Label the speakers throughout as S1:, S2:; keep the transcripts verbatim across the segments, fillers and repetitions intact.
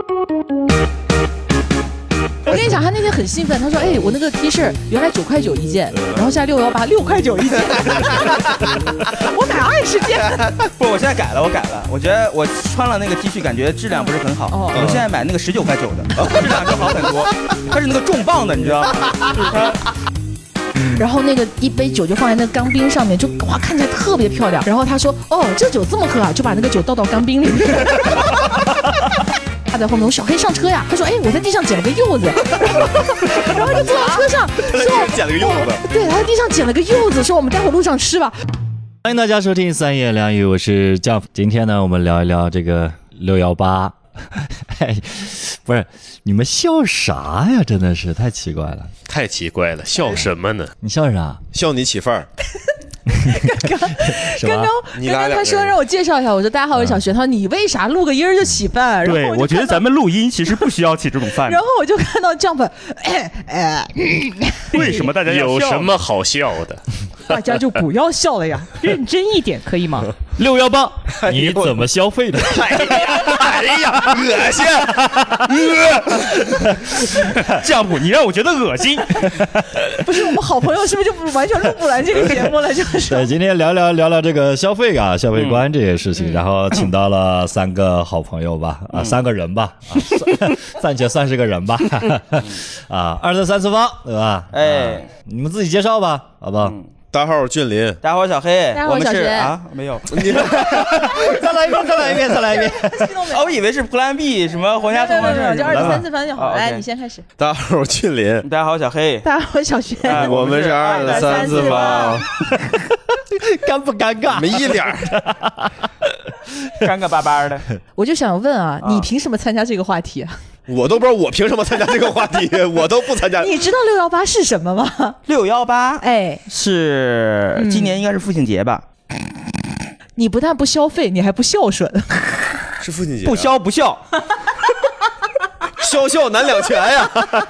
S1: 我跟你讲，他那天很兴奋，他说：“哎，我那个 T 恤原来九块九一件，然后现在六幺八六块九一件，我买二十件。”
S2: 不，我现在改了，我改了。我觉得我穿了那个 T 恤，感觉质量不是很好。哦、我现在买那个十九块九的，质量就好很多。它是那个重磅的，你知道吗？
S1: 然后那个一杯酒就放在那个钢冰上面，就哇看起来特别漂亮。然后他说：“哦，这酒这么喝啊，就把那个酒倒到钢冰里面。”他在后面，我小黑上车呀。他说：“哎，我在地上捡了个柚子。”然后就坐到车上，说
S3: 捡了个柚子。
S1: 对，他在地上捡了个柚子，说我们待会路上吃吧。
S4: 欢迎大家收听三言两语，我是Jeff。今天呢，我们聊一聊这个六幺八。不是，你们笑啥呀？真的是太奇怪了，
S3: 太奇怪了，笑什么呢？
S4: 你笑啥？
S3: 笑你起范儿。
S1: 刚刚刚刚刚刚他说让我介绍一下，我说大家好，我是小学。他说你为啥录个音就起饭？
S2: 对，我觉得咱们录音其实不需要起这种饭。
S1: 然后我就看到 Jump， 哎哎，
S2: 为什么大家要
S3: 笑？有什么好笑的？
S1: 大家就不要笑了呀，认真一点可以吗？
S4: 六幺八，你怎么消费的？
S3: 哎呀，哎呀，恶心！
S2: Jump，你让我觉得恶心。
S1: 不是我们好朋友，是不是就完全录不完这个节目了？就是
S4: 对，今天聊聊聊聊这个消费啊，消费观这些事情，嗯、然后请到了三个好朋友吧，啊，三个人吧，啊，暂且算是个人吧，啊，二四三次方，对吧？
S2: 哎、啊，
S4: 你们自己介绍吧，好不好？嗯，
S3: 大家好，我俊林。
S2: 大家好，我小黑。
S1: 大家好，我小学
S2: 啊，没有。
S4: 再来一遍，再来一遍，再来一遍。
S2: 哦，我以为是 Plan B 什么皇家同方阵，
S1: 就二十三次方就好。来，你先开始。
S3: 大家好，我俊林。
S2: 大家好，小黑。
S1: 大家好，小学。
S2: 哎、
S3: 我们是二十三次方。
S4: 尴不尴尬？
S3: 没一点儿。
S2: 尴尬巴巴的。
S1: 我就想问啊，你凭什么参加这个话题啊？
S3: 我都不知道我凭什么参加这个话题，我都不参加。
S1: 你知道六幺八是什么吗？
S2: 六幺八，
S1: 哎，
S2: 是、嗯、今年应该是父亲节吧？
S1: 你不但不消费，你还不孝顺。
S3: 是父亲节、啊？
S2: 不消不孝，
S3: 孝孝难两全呀。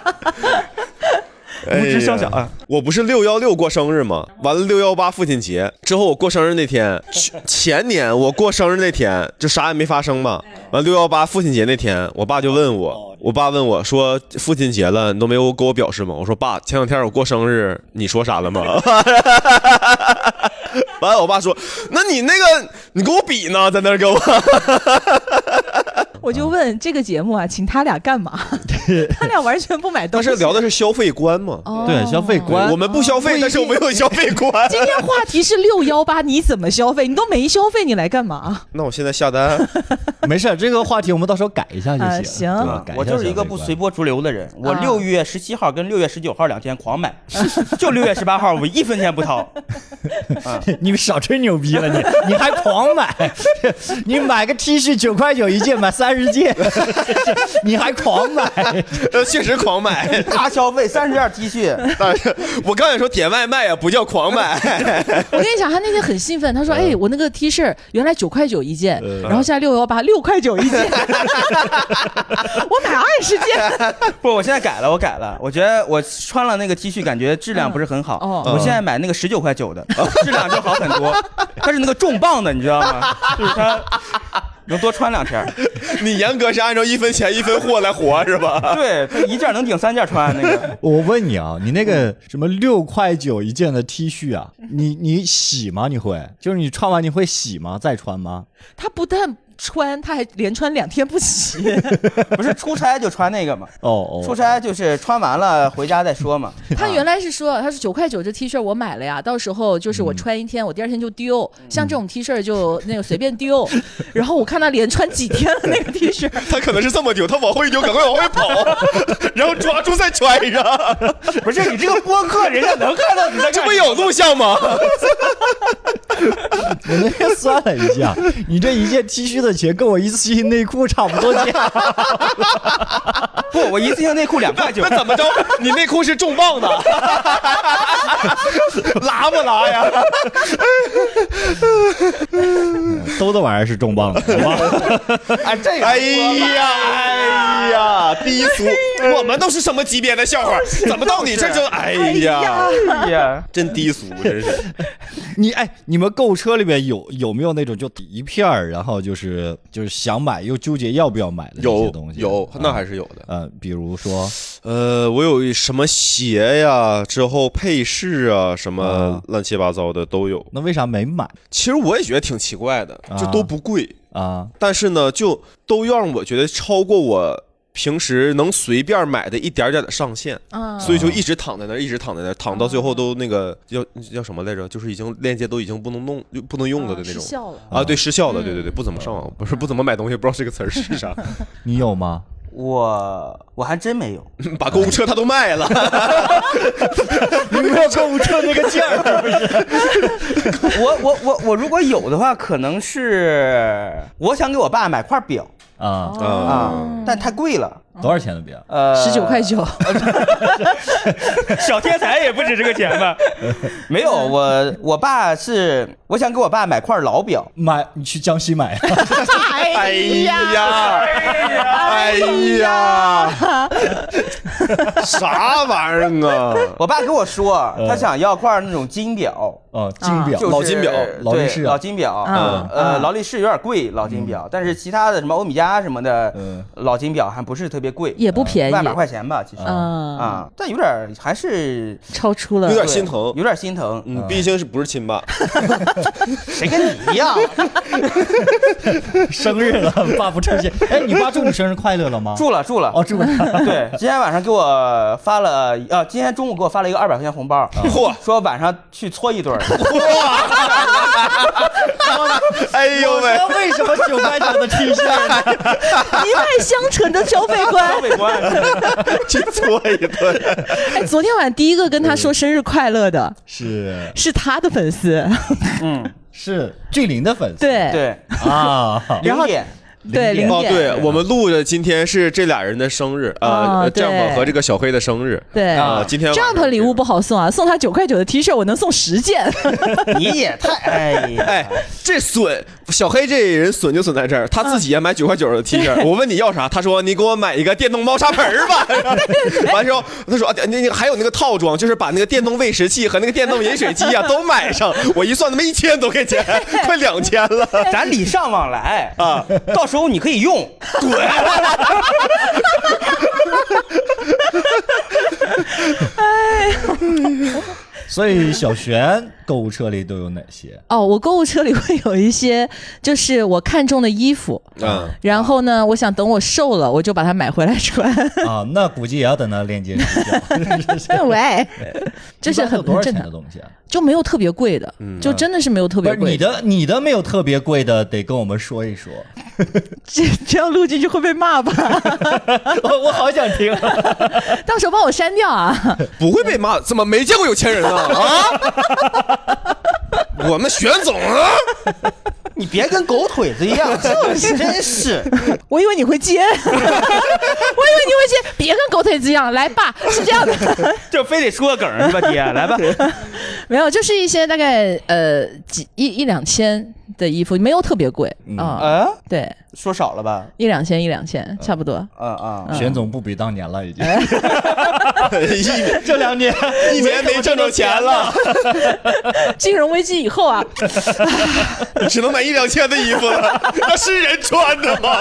S2: 无知宵小啊！
S3: 我不是六幺六过生日吗？完了六幺八父亲节之后，我过生日那天，前年我过生日那天就啥也没发生嘛。完六幺八父亲节那天，我爸就问我，我爸问我说：“父亲节了，你都没有给我表示吗？”我说：“爸，前两天我过生日，你说啥了吗？”完了，我爸说：“那你那个，你跟我比呢，在那儿给我。”
S1: 我就问这个节目啊，请他俩干嘛？他俩完全不买东西。
S3: 但是聊的是消费观嘛？
S1: 哦、
S4: 对，消费观。
S3: 我们不消费，但是我们有消费观。
S1: 今天话题是六幺八，你怎么消费？你都没消费，你来干嘛？
S3: 那我现在下单。
S4: 没事，这个话题我们到时候改一下就行。啊、
S1: 行、
S4: 啊，
S2: 我就是一个不随波逐流的人。我六月十七号跟六月十九号两天狂买，就六月十八号我一分钱不掏。
S4: 啊、你少吹牛逼了，你你还狂买？你买个 T 恤九块九一件，买三十件，你还狂买？
S3: 确实狂买，
S2: 大消费，三十件 T 恤。
S3: 但是我刚才说点外卖啊，不叫狂买。
S1: 我跟你讲，他那天很兴奋，他说：“哎，我那个 T 恤原来九块九一件，然后现在六幺八六块九一件，我买二十件。”
S2: 不，我现在改了，我改了。我觉得我穿了那个 T 恤，感觉质量不是很好。哦，我现在买那个十九块九的，质量就好很多。它是那个重磅的，你知道吗？就是它能多穿两天。
S3: 你严格是按照一分钱一分货来活是吧？
S2: 对，它一件能顶三件穿那个。
S4: 我问你啊，你那个什么六块九一件的 T 恤啊，你你洗吗？你会？就是你穿完你会洗吗？再穿吗？
S1: 他不但穿，他还连穿两天不洗。
S2: 不是出差就穿那个嘛？
S4: 哦哦，
S2: 出差就是穿完了回家再说嘛。
S1: 他原来是说，他是九块九这 T 恤我买了呀，到时候就是我穿一天，嗯、我第二天就丢。像这种 T 恤就那个随便丢。然后我看他连穿几天了那个 T 恤，
S3: 他可能是这么丢，他往后一丢，赶快往回跑，然后抓住再穿上。
S2: 不是你这个播客，人家能看到你在干什么？
S3: 这不有录像吗？
S4: 我那天算了一下，你这一件 T 恤的钱跟我一次性内裤差不多价。
S2: 不，我一次性内裤两块九。
S3: 那怎么着？你内裤是重磅的，拉不拉呀？
S4: 兜的玩意儿是重磅的，好吧？
S2: 哎，这个，
S3: 哎呀，哎哎呀，低俗，我们都是什么级别的笑话？怎么到你这就哎呀，
S2: 哎呀，
S3: 真低俗，真是。
S4: 你哎，你们购物车里面有有没有那种就一片儿，然后就是就是想买又纠结要不要买的这些东西？
S3: 有，那还是有的。
S4: 嗯，比如说，
S3: 呃，我有什么鞋呀，之后配饰啊，什么乱七八糟的都有。
S4: 那为啥没买？
S3: 其实我也觉得挺奇怪的，就都不贵
S4: 啊，
S3: 但是呢，就都让我觉得超过我平时能随便买的一点点的上限，
S1: 啊，
S3: 所以就一直躺在那儿，一直躺在那儿，躺到最后都那个叫叫什么来着？就是已经链接都已经不能弄、不能用了的那种。
S1: 失效了
S3: 啊，对，失效了，对对对，不怎么上网，不是不怎么买东西，不知道这个词儿是啥。
S4: 你有吗？
S2: 我我还真没有，
S3: 把购物车他都卖了，
S4: 你没有购物车那个劲儿，不是？
S2: 我我我我如果有的话，可能是我想给我爸买块表
S4: 啊
S2: 啊，但太贵了。
S4: 多少钱的表？
S2: 呃，
S1: 十九块九。
S2: 小天才也不止这个钱吧？没有，我我爸是我想给我爸买块老表，
S4: 买你去江西买。
S3: 哎呀，哎呀，啥玩意儿啊？
S2: 我爸跟我说，他想要块那种金表。
S4: 哦，金表，
S2: 就是
S3: 老金表，
S4: 劳力士，
S2: 老金表，嗯，呃，劳力士有点贵，老金表，但是其他的什么欧米茄什么的，老金表还不是特别贵，
S1: 也不便宜，
S2: 万把块钱吧，其实
S1: 啊
S2: 啊，但有点还是
S1: 超出了，
S3: 有点心疼，
S2: 有点心疼，
S3: 嗯，毕竟是不是亲爸？
S2: 谁跟你一样？
S4: 生日了，爸不出现。哎，你爸祝你生日快乐了吗？
S2: 祝了，祝了，
S4: 哦，祝了。
S2: 对，今天晚上给我发了，呃，今天中午给我发了一个二百块钱红包，嚯，说晚上去搓一顿。
S3: 哇！哎呦喂！
S4: 为什么九块九的 T 恤？
S1: 一脉相承的消费观，
S2: 消费观，
S3: 去搓一顿。
S1: 哎，昨天晚上第一个跟他说生日快乐的
S4: 是
S1: 是他的粉丝，
S2: 嗯，
S4: 是俊林的粉丝。
S1: 对
S2: 对
S4: 啊，
S1: 然后
S2: 零点。
S1: 对，零
S3: 哦，
S1: 点。
S3: 对，我们录的今天是这俩人的生日啊 ，Jump 和这个小黑的生日。
S1: 对
S3: 啊，今天
S1: Jump 礼物不好送啊，送他九块九的 T 恤，我能送十件。
S2: 你也太哎
S3: 哎，这损小黑这人损就损在这儿，他自己也买九块九的 T 恤。我问你要啥，他说你给我买一个电动猫砂盆吧。完之后他说啊，你你还有那个套装，就是把那个电动喂食器和那个电动饮水机啊都买上。我一算，他妈一千多块钱，快两千了。
S2: 咱礼尚往来啊，到时候。时候你可以用，滚！
S1: 哎，
S4: 所以小璇购物车里都有哪些？
S1: 哦，我购物车里会有一些，就是我看中的衣服，嗯，然后呢，我想等我瘦了，我就把它买回来穿。
S4: 啊，那估计也要等到链接失效。
S1: 喂，这是很
S4: 多少钱的东西啊？
S1: 就没有特别贵的，嗯、就真的是没有特别贵的。
S4: 你的你的没有特别贵的，得跟我们说一说。
S1: 这这样录进去会被骂吧？
S4: 我我好想听，
S1: 到时候帮我删掉啊！
S3: 不会被骂，怎么没见过有钱人呢？啊！我们玄总啊！
S2: 你别跟狗腿子一样，
S1: 就是
S2: 真是。
S1: 我以为你会接，我以为你会接，别跟狗腿子一样，来爸，是这样的，
S2: 就非得说个梗是吧，爹，来吧。
S1: 没有，就是一些大概呃几一一两千的衣服，没有特别贵啊。嗯
S2: 啊，
S1: 对，
S2: 说少了吧？
S1: 一两千，一两千，差不多。
S2: 啊啊，
S4: 玄总不比当年了，已经。这两年
S3: 一年没挣着钱了，
S1: 金融危机以后啊，
S3: 只能买一两千的衣服了，那是人穿的吗？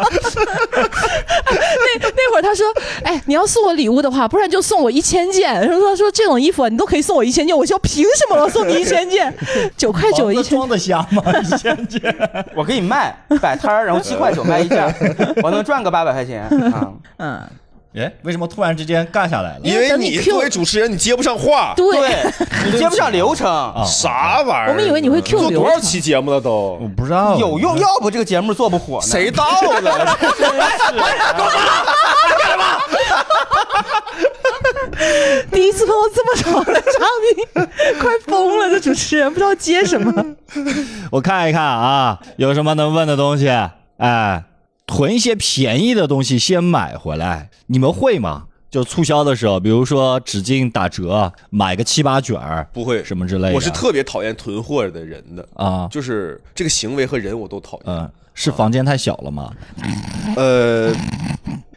S1: 那那会儿他说，哎，你要送我礼物的话，不然就送我一千件。他说说这种衣服啊，你都可以送我一千件，我说凭什么我送你一千件？九块九一千，
S4: 装得下吗？一千件，
S2: 我给你卖，摆摊儿，然后七块九卖一件，我能赚个八百块钱啊。
S1: 嗯。
S4: 哎，为什么突然之间干下来了？
S3: 因为你作为主持人，你接不上话，
S1: 对，
S2: 你接不上流程，
S3: 啥玩意儿？
S1: 我们以为你会 Q 流程，
S3: 做多少期节目了都？
S4: 我不知道，
S2: 有用，要不这个节目做不火呢。
S3: 谁到了？真是，
S2: 给我干嘛？
S1: 第一次碰到这么长的场景，快疯了！这主持人不知道接什么。
S4: 我看一看啊，有什么能问的东西？哎。囤一些便宜的东西先买回来，你们会吗？就促销的时候，比如说纸巾打折，买个七八卷儿，
S3: 不会
S4: 什么之类的。
S3: 我是特别讨厌囤货的人的
S4: 啊，
S3: 就是这个行为和人我都讨厌。
S4: 嗯，是房间太小了吗？
S3: 呃，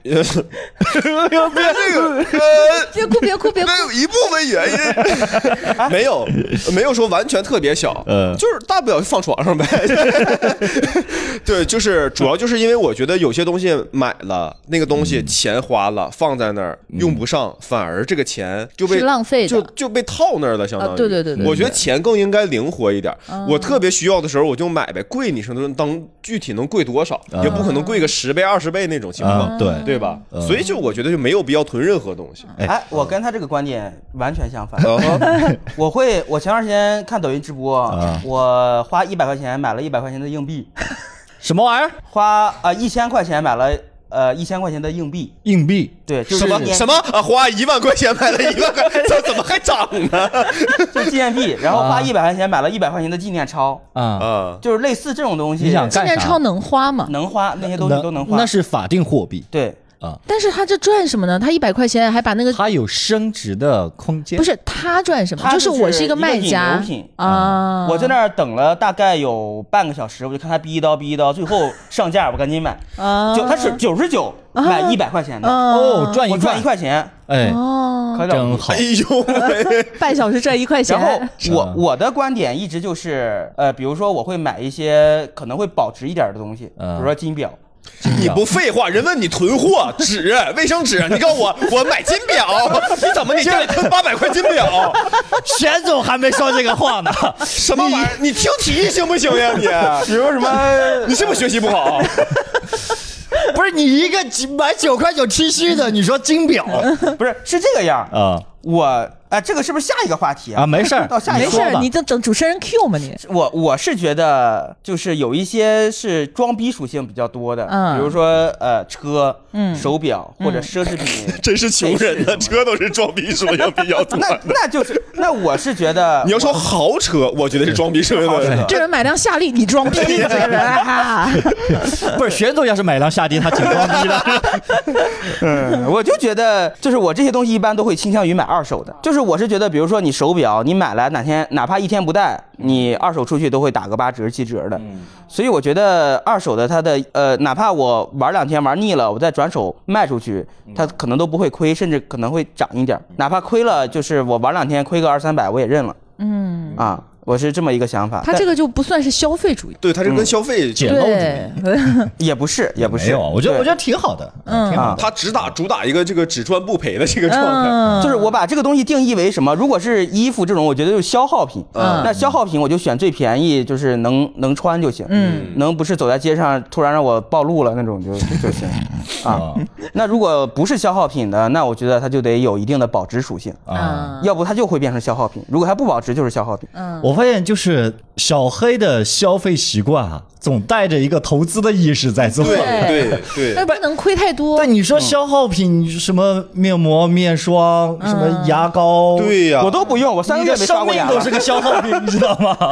S3: 别这个，呃，
S1: 别哭别哭别哭，
S3: 一部分原因没有没有说完全特别小，
S4: 嗯，
S3: 就是大不了放床上呗。对，就是主要就是因为我觉得有些东西买了，那个东西钱花了，放在那儿用不上，反而这个钱就被
S1: 是浪费的，
S3: 就就被套那儿了，相当于。
S1: 啊、对对对对，
S3: 我觉得钱更应该灵活一点。
S1: 嗯、
S3: 我特别需要的时候我就买呗，贵你说能当具体能贵多少，
S1: 嗯、
S3: 也不可能贵个十倍二十倍那种情况，
S4: 嗯、对
S3: 对吧？嗯、所以就我觉得就没有必要囤任何东西。
S2: 哎，我跟他这个观点完全相反。我会，我前段时间看抖音直播，
S4: 嗯、
S2: 我花一百块钱买了一百块钱的硬币。
S4: 什么玩意儿？
S2: 花呃一千块钱买了呃一千块钱的硬币。
S4: 硬币？
S2: 对，就是
S3: 什么什么啊？花一万块钱买了一万块，这怎么还涨呢？
S2: 就是纪念币，然后花一百块钱买了一百块钱的纪念钞
S4: 啊
S2: 啊，就是类似这种东西。
S4: 你想干啥？
S1: 纪念钞能花吗？
S2: 能花，那些东西都能花。
S4: 那是法定货币。
S2: 对。
S4: 啊！
S1: 但是他这赚什么呢？他一百块钱还把那个
S4: 他有升值的空间。
S1: 不是他赚什么？
S2: 就是
S1: 我是一个卖家
S2: 引流品
S1: 啊！
S2: 我在那儿等了大概有半个小时，我就看他逼一刀逼一刀，最后上架我赶紧买啊！就他是九十九买一百块钱的
S4: 哦，赚一
S2: 我赚一块钱，
S4: 哎
S1: 哦，
S4: 真好！
S3: 哎呦，
S1: 半小时赚一块钱。
S2: 然后我我的观点一直就是呃，比如说我会买一些可能会保值一点的东西，比如说金表。
S3: 你不废话，人问你囤货纸、卫生纸，你告诉我我买金表，你怎么你家里囤八百块金表？
S4: 玄总还没说这个话呢，
S3: 什么玩意儿？你听题行不行呀？你
S2: 比如什么？
S3: 你是不是学习不好？
S4: 不是你一个买九块九 T 恤的，你说金表？
S2: 不是，是这个样
S4: 啊。
S2: 我哎、呃，这个是不是下一个话题啊？
S4: 啊，没事儿，
S2: 到下一个
S1: 没事儿，你等等主持人 Q 嘛你。
S2: 我我是觉得，就是有一些是装逼属性比较多的，
S1: 嗯，
S2: 比如说呃车、
S1: 嗯、
S2: 手表或者奢侈品，嗯、
S3: 真是穷人的车都是装逼属性比较多。
S2: 那那就是那我是觉得，
S3: 你要说豪车，我觉得是装逼属性的。
S1: 这人买辆夏利，你装逼这个人啊？
S4: 不是，玄总要是买辆夏利，他挺装逼的。
S2: 嗯，我就觉得，就是我这些东西一般都会倾向于买二手的，就是我是觉得，比如说你手表，你买来哪天哪怕一天不戴，你二手出去都会打个八折七折的。嗯，所以我觉得二手的它的呃，哪怕我玩两天玩腻了，我再转手卖出去，它可能都不会亏，甚至可能会涨一点。哪怕亏了，就是我玩两天亏个二三百，我也认了。嗯啊。我是这么一个想法，
S1: 他这个就不算是消费主义，
S3: 对，他是跟消费
S4: 捡漏主义，
S2: 也不是，也不是，
S4: 我觉得我觉得挺好的，嗯，挺好。
S3: 他只打主打一个这个只赚不赔的这个状态，
S1: 嗯、
S2: 就是我把这个东西定义为什么？如果是衣服这种，我觉得就是消耗品，嗯，那消耗品我就选最便宜，就是能能穿就行，嗯，能不是走在街上突然让我暴露了那种就就行，啊，那如果不是消耗品的，那我觉得它就得有一定的保值属性啊，要不它就会变成消耗品。如果它不保值，就是消耗品。
S4: 嗯，我发现就是小黑的消费习惯啊，总带着一个投资的意识在做。
S3: 对对对，
S1: 但不能亏太多。
S4: 对，你说消耗品，什么面膜、面霜，什么牙膏，
S3: 对呀，
S2: 我都不用，我三个月没刷过牙了。
S4: 都是个消耗品，你知道吗？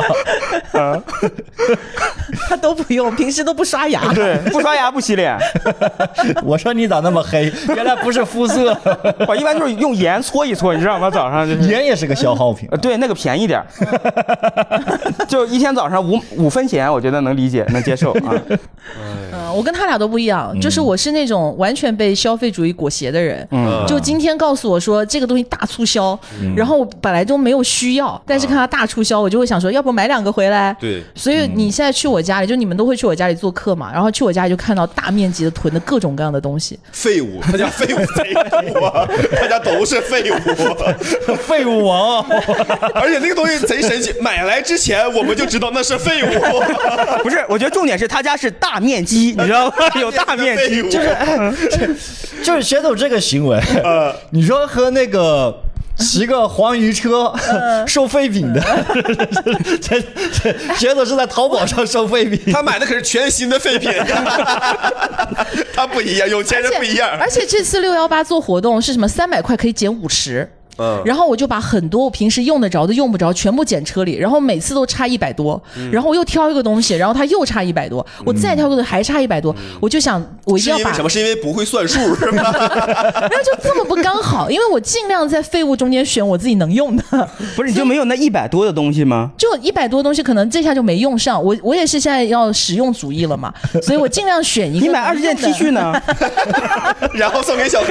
S1: 他都不用，平时都不刷牙，
S2: 对，不刷牙不洗脸。
S4: 我说你咋那么黑？原来不是肤色，
S2: 我一般就是用盐搓一搓，你知道吗？早上就是
S4: 盐也是个消耗品，
S2: 对，那个便宜点，就一天早上五五分钱，我觉得能理解，能接受啊。
S1: 嗯，我跟他俩都不一样，就是我是那种完全被消费主义裹挟的人。
S2: 嗯，
S1: 就今天告诉我说这个东西大促销，然后我本来都没有需要，但是看他大促销，我就会想说，要不买两个回来。
S3: 对，
S1: 所以你现在去我家里，就你们都会去我家里做客嘛，然后去我家里就看到大面积的囤的各种各样的东西。
S3: 废物，他家废物贼多，他家都是废物，
S4: 废物王。
S3: 而且那个东西贼神奇，买来之前我们就知道那是废物。
S2: 不是，我觉得重点是他家是大面积，你知道吗？有大面积，
S4: 就是就是学走这个行为。呃，你说和那个骑个黄鱼车收废品的，这这学走是在淘宝上收废品，
S3: 他买的可是全新的废品。他不一样，有钱人不一样。
S1: 而且这次六幺八做活动是什么？三百块可以减五十。 嗯，然后我就把很多我平时用得着的用不着全部捡车里，然后每次都差一百多，嗯，然后我又挑一个东西，然后它又差一百多，我再挑个还差一百多，嗯，我就想我一定要把
S3: 是因为什么？是因为不会算数是吧？
S1: 然后就这么不刚好，因为我尽量在废物中间选我自己能用的。
S2: 不是你就没有那一百多的东西吗？
S1: 就一百多东西，可能这下就没用上。我我也是现在要实用主义了嘛，所以我尽量选一个。
S2: 你买二十件 T 恤呢？
S3: 然后送给小黑，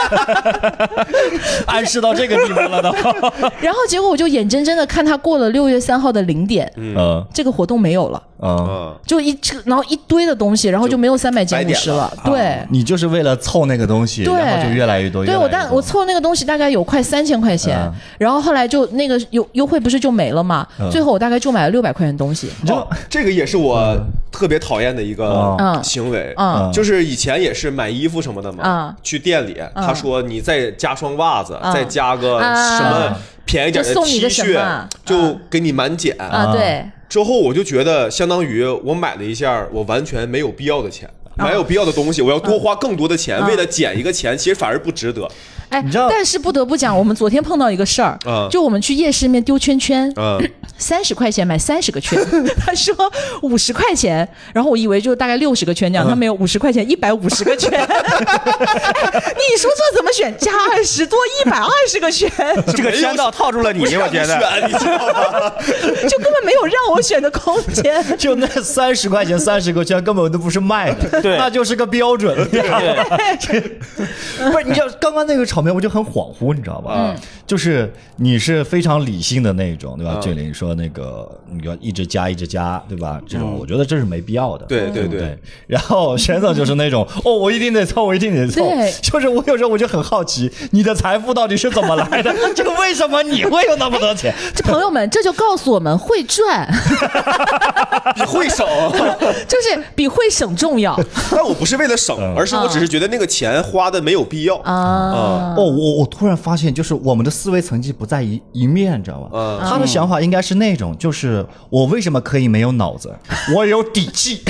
S4: 暗示到这个地步了都。
S1: 然后结果我就眼睁睁的看他过了六月三号的零点，嗯，这个活动没有了，嗯，就一然后一堆的东西，然后就没有三百减五十了。对，
S4: 你就是为了凑那个东西，然后就越来越多。
S1: 对，我但我凑那个东西大概有快三千块钱，然后后来就那个优优惠不是就没了嘛？最后我大概就买了六百块钱的东西。
S3: 哦，这个也是我特别讨厌的一个行为，嗯，就是以前也是买衣服什么的嘛，去店里他说你再加双袜子，再加个什么便宜点的 T 恤，就给你满减
S1: 啊。对，
S3: 之后我就觉得相当于我买了一下我完全没有必要的钱，买有必要的东西，我要多花更多的钱，为了减一个钱，其实反而不值得。
S1: 哎，但是不得不讲，我们昨天碰到一个事儿，嗯，就我们去夜市里面丢圈圈，嗯，三十块钱买三十个圈，他说五十块钱，然后我以为就大概六十个圈这样，他没有五十块钱，一百五十个圈，你说这怎么选？加二十多一百二十个圈，
S2: 这个圈道套住了你，我觉得，
S3: 你知道吗？
S1: 就根本没有让我选的空间，
S4: 就那三十块钱三十个圈根本都不是卖的，
S2: 对，
S4: 那就是个标准，对，不是你知道刚刚那个场面我就很恍惚，你知道吧？嗯，就是你是非常理性的那种，对吧？俊林说那个你要一直加一直加，对吧？这种我觉得这是没必要的。
S3: 对对对。
S4: 然后玄总就是那种哦，我一定得凑，我一定得凑。
S1: 对，
S4: 就是我有时候我就很好奇，你的财富到底是怎么来的？就为什么你会有那么多钱？
S1: 这朋友们，这就告诉我们会赚
S3: 比会省，
S1: 就是比会省重要。
S3: 但我不是为了省，而是我只是觉得那个钱花的没有必要
S1: 啊。
S4: 哦，我我突然发现，就是我们的思维层级不在一一面，你知道吗？嗯，他的想法应该是那种，就是我为什么可以没有脑子，我有底气。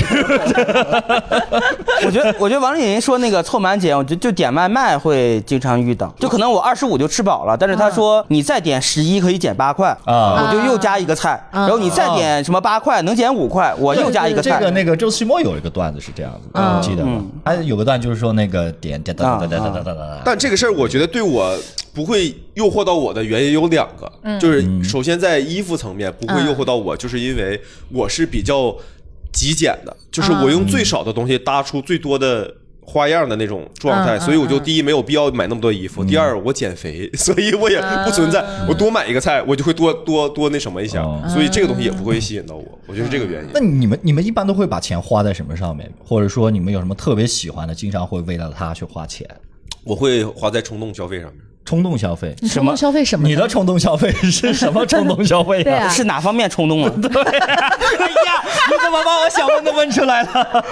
S2: 我觉得，我觉得王丽云说那个凑满减，我觉得就点外卖会经常遇到，就可能我二十五就吃饱了，但是他说你再点十一可以减八块啊，我就又加一个菜，然后你再点什么八块能减五块，我又加一个菜。
S4: 这个那个周奇墨有一个段子是这样子，你记得吗？还有个段就是说那个点点哒哒哒哒哒哒哒。
S3: 但这个事儿我觉得对我不会诱惑到我的原因有两个，嗯，就是首先在衣服层面不会诱惑到我，嗯，就是因为我是比较极简的，就是我用最少的东西搭出最多的花样的那种状态，嗯，所以我就第一没有必要买那么多衣服，嗯，第二我减肥，所以我也不存在，嗯，我多买一个菜我就会多多多那什么一下，嗯，所以这个东西也不会吸引到我，我觉得是这个原因。
S4: 那你们你们一般都会把钱花在什么上面？或者说你们有什么特别喜欢的，经常会为了它去花钱？
S3: 我会花在冲动消费上面。
S4: 冲动消费？
S1: 你冲动消费什么？
S4: 你的冲动消费是什么冲动消费
S1: 啊？
S2: 是哪方面冲动啊？
S4: 对，哎呀，你怎么把我想问的问出来了？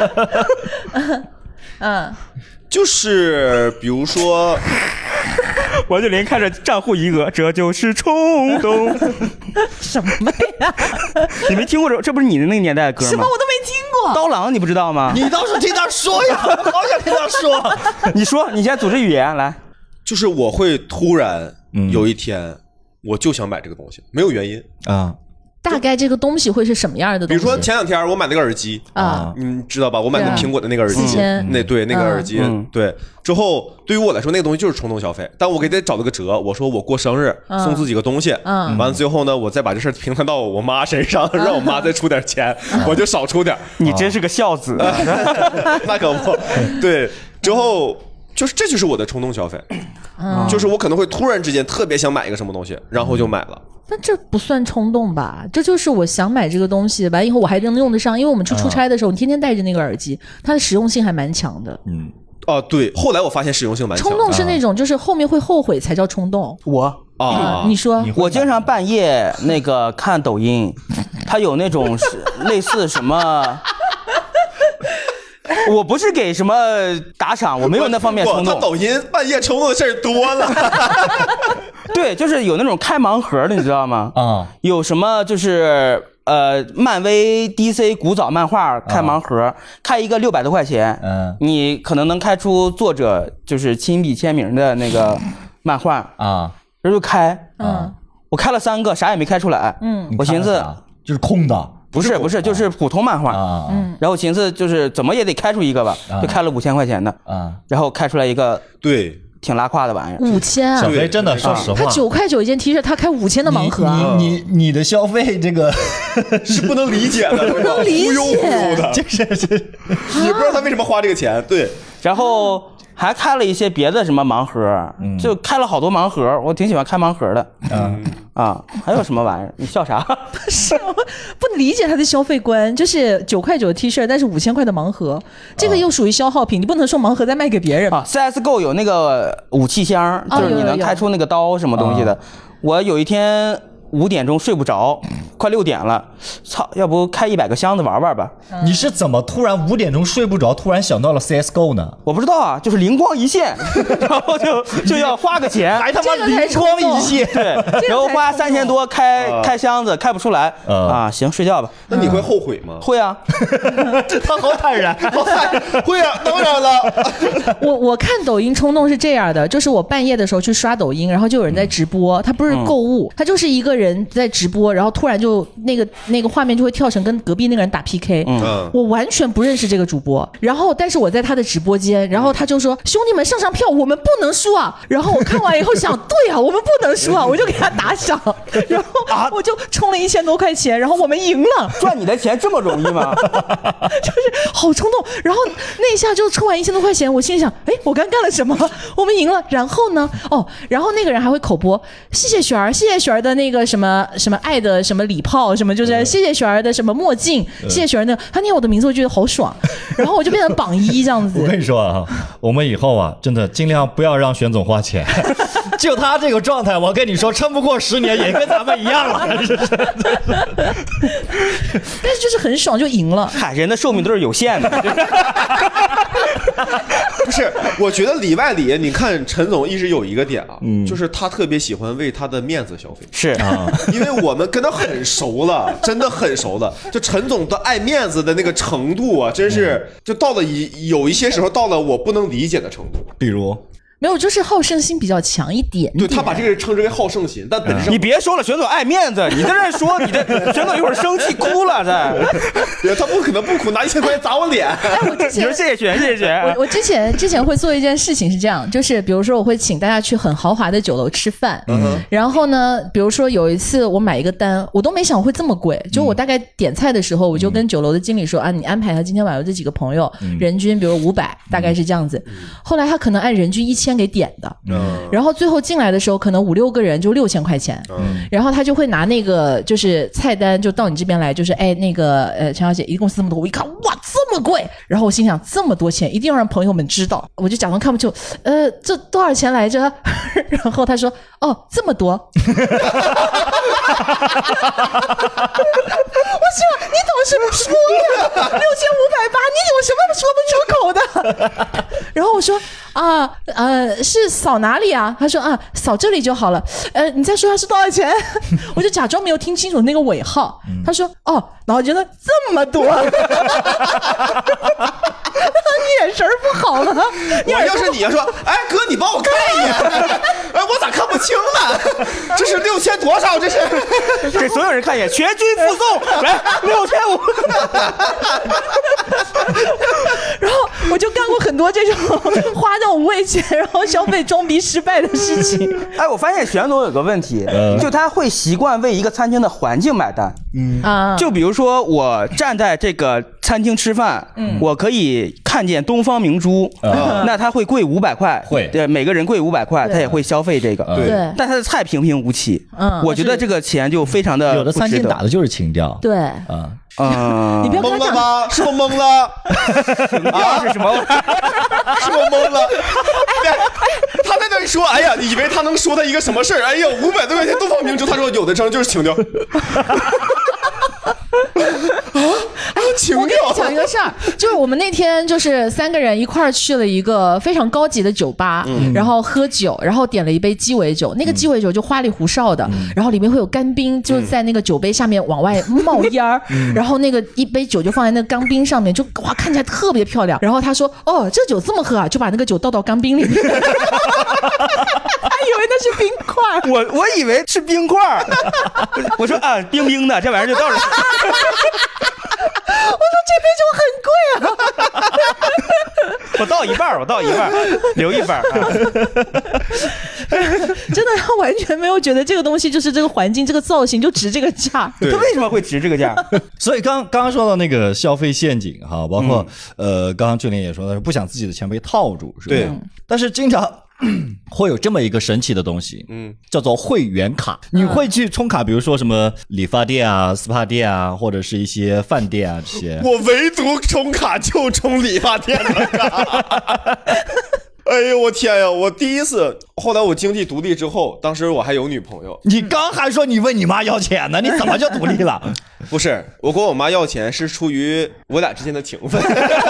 S1: 嗯，
S3: 就是比如说，
S2: 王俊林看着账户余额，这就是冲动。
S1: 什么呀？
S2: 你没听过这？这不是你的那个年代的歌吗？
S1: 什么我都没听过。
S2: 刀郎你不知道吗？
S4: 你倒是听他说呀，我好想听他说。
S2: 你说，你先组织语言来。
S3: 就是我会突然有一天，嗯，我就想买这个东西，没有原因啊。
S1: 大概这个东西会是什么样的东西？
S3: 比如说前两天我买那个耳机啊，你知道吧？我买那个苹果的那个耳机，那对那个耳机，嗯，对。之后对于我来说，那个东西就是冲动消费。但我给他找了个辙，我说我过生日送自己个东西，嗯，完了最后呢，我再把这事平摊到我妈身上，让我妈再出点钱，我就少出点。
S2: 你真是个孝子，
S3: 那可不，对。之后。就是这就是我的冲动消费，嗯，就是我可能会突然之间特别想买一个什么东西，然后就买了。
S1: 那这不算冲动吧？这就是我想买这个东西，完以后我还能用得上，因为我们去出差的时候，你天天带着那个耳机，它的实用性还蛮强的。
S3: 嗯，哦，对，后来我发现实用性蛮强的。
S1: 冲动是那种就是后面会后悔才叫冲动。
S2: 我
S3: 啊，
S1: 你说，
S2: 我经常半夜那个看抖音，它有那种类似什么。我不是给什么打赏，我没有那方面冲动。
S3: 他抖音半夜冲动的事儿多了。
S2: 对，就是有那种开盲盒的，你知道吗？啊、嗯，有什么就是呃，漫威、D C 古早漫画开盲盒，嗯、开一个六百多块钱，嗯，你可能能开出作者就是亲笔签名的那个漫画啊。 然后就开，嗯，我开了三个，啥也没开出来，嗯，我寻思
S4: 就是空的。
S2: 不是不是，就是普通漫画啊，嗯，然后寻思就是怎么也得开出一个吧，就开了五千块钱的啊，然后开出来一个
S3: 对
S2: 挺拉胯的玩意儿，
S1: 五千啊，
S4: 小飞真的说实话，
S1: 他九块九一件 T 恤，他开五千的盲盒，
S4: 你你你的消费这个
S3: 是不能理解的，
S1: 不能理解，
S3: 忽悠忽悠的，
S4: 就是
S3: 你不知道他为什么花这个钱，对，
S2: 然后还开了一些别的什么盲盒，就开了好多盲盒，我挺喜欢开盲盒的，嗯。啊，还有什么玩意儿？你笑啥？
S1: 不是，我不理解他的消费观，就是九块九的 T 恤，但是五千块的盲盒，这个又属于消耗品，你不能说盲盒再卖给别人
S2: 啊。C S G O 有那个武器箱，就是你能开出那个刀什么东西的。我有一天五点钟睡不着，快六点了，操，要不开一百个箱子玩玩吧？
S4: 你是怎么突然五点钟睡不着，突然想到了 C S G O 呢？
S2: 我不知道啊，就是灵光一现，然后就就要花个钱，
S4: 还他妈灵光一现，
S2: 对，然后花三千多开开箱子，开不出来啊，行，睡觉吧。
S3: 那你会后悔吗？
S2: 会啊，
S4: 他好坦然，好坦然，
S3: 会啊，当然了。
S1: 我我看抖音冲动是这样的，就是我半夜的时候去刷抖音，然后就有人在直播，他不是购物，他就是一个人在直播，然后突然就那个那个画面就会跳成跟隔壁那个人打 P K，嗯，我完全不认识这个主播，然后但是我在他的直播间，然后他就说兄弟们上上票，我们不能输啊，然后我看完以后想对啊，我们不能输啊，我就给他打赏，然后我就充了一千多块钱，然后我们赢了，
S2: 赚你的钱这么容易吗？
S1: 就是好冲动，然后那一下就充完一千多块钱，我心里想，哎，我刚干了什么？我们赢了，然后呢？哦，然后那个人还会口播，谢谢雪儿，谢谢雪儿的那个什么什么爱的什么礼炮，什么就是谢谢雪儿的什么墨镜，谢谢雪儿的，他念我的名字，我觉得好爽，然后我就变成榜一这样子。
S4: 我跟你说啊，我们以后啊，真的尽量不要让玄总花钱。就他这个状态，我跟你说，撑不过十年也跟咱们一样了。但是
S1: 就是很爽，就赢了。
S2: 嗨，人的寿命都是有限的。
S3: 不是，我觉得里外里，你看陈总一直有一个点啊，嗯，就是他特别喜欢为他的面子消费。
S2: 是啊，
S3: 因为我们跟他很熟了，真的很熟了。就陈总的爱面子的那个程度啊，真是就到了一有一些时候到了我不能理解的程度。
S4: 比如。
S1: 没有，就是好胜心比较强一点点。
S3: 对，他把这个人称之为好胜心，但本质上、
S2: 嗯、你别说了，玄总爱面子，你在这说，你这玄总一会儿生气哭了，
S3: 这他不可能不哭，拿一千块钱砸我脸。
S1: 哎，我之前
S2: 你说谢谢玄，谢谢玄。
S1: 我我之前之前会做一件事情是这样，就是比如说我会请大家去很豪华的酒楼吃饭，嗯，然后呢，比如说有一次我买一个单，我都没想会这么贵，就我大概点菜的时候，我就跟酒楼的经理说、嗯、啊，你安排他今天晚上这几个朋友，嗯、人均比如五百，大概是这样子。嗯、后来他可能按人均一千给点的。嗯、然后最后进来的时候可能五六个人就六千块钱、嗯、然后他就会拿那个就是菜单就到你这边来，就是哎那个呃陈小姐一共是这么多，我一看哇这么贵，然后我心想这么多钱一定要让朋友们知道，我就假装看不出呃这多少钱来着然后他说哦这么多我说你怎么是说呀六千五百八你有什么说不出口的然后我说啊呃是扫哪里啊？他说啊扫这里就好了。呃你再说下是多少钱？我就假装没有听清楚那个尾号。嗯、他说哦，然后觉得这么多，你眼神不好了。
S3: 我要是你要说，哎哥你帮我看一眼，哎我咋看不清了？这是六千多少？这是
S2: 给所有人看一眼，全军附送来六千五。
S1: 然后我就干过很多这种花这种味钱然后消费装逼失败的事情。
S2: 哎，我发现玄总有个问题，就他会习惯为一个餐厅的环境买单。嗯啊，就比如说我站在这个餐厅吃饭，嗯，我可以看见东方明珠，嗯、那他会贵五百块，
S4: 会
S2: 对每个人贵五百块，他也会消费这个，
S1: 对。
S2: 但他的菜平平无奇，嗯，我觉得这个钱就非常的
S4: 有的餐厅打的就是情调，
S1: 对，
S4: 啊。
S3: 嗯，
S1: 你不要
S3: 懵了吗？是不是懵了？
S2: 啊，是什么？
S3: 是不是懵了？哎，他在那说，哎呀，你以为他能说他一个什么事儿？哎呀，五百多块钱东方明珠，他说有的称就是情调。啊，情调！
S1: 我跟你讲一个事儿，就是我们那天就是三个人一块儿去了一个非常高级的酒吧，嗯、然后喝酒，然后点了一杯鸡尾酒，那个鸡尾酒就花里胡哨的，嗯、然后里面会有干冰，就在那个酒杯下面往外冒烟儿，嗯、然后那个一杯酒就放在那个钢冰上面，就哇看起来特别漂亮。然后他说：“哦，这酒这么喝啊！”就把那个酒倒到钢冰里面。 以为那是冰块，
S2: 我我以为是冰块，我说啊，冰冰的，这玩意儿就到了。
S1: 我说这杯酒很贵啊，
S2: 我倒一半，我倒一半，留一半。啊、
S1: 真的，他完全没有觉得这个东西就是这个环境、这个造型就值这个价。
S2: 他为什么会值这个价？
S4: 所以刚刚刚说到那个消费陷阱哈，包括、嗯、呃，刚刚俊林也说的是不想自己的钱被套住，是吧？
S3: 对。
S4: 但是经常会有这么一个神奇的东西，嗯，叫做会员卡。你会去充卡，比如说什么理发店啊、S P A 店啊，或者是一些饭店啊这些。
S3: 我唯独充卡就充理发店的卡。哎呦我天呀！我第一次，后来我经济独立之后，当时我还有女朋友。
S4: 你刚还说你问你妈要钱呢，你怎么就独立了？
S3: 不是，我管我妈要钱是出于我俩之间的情分。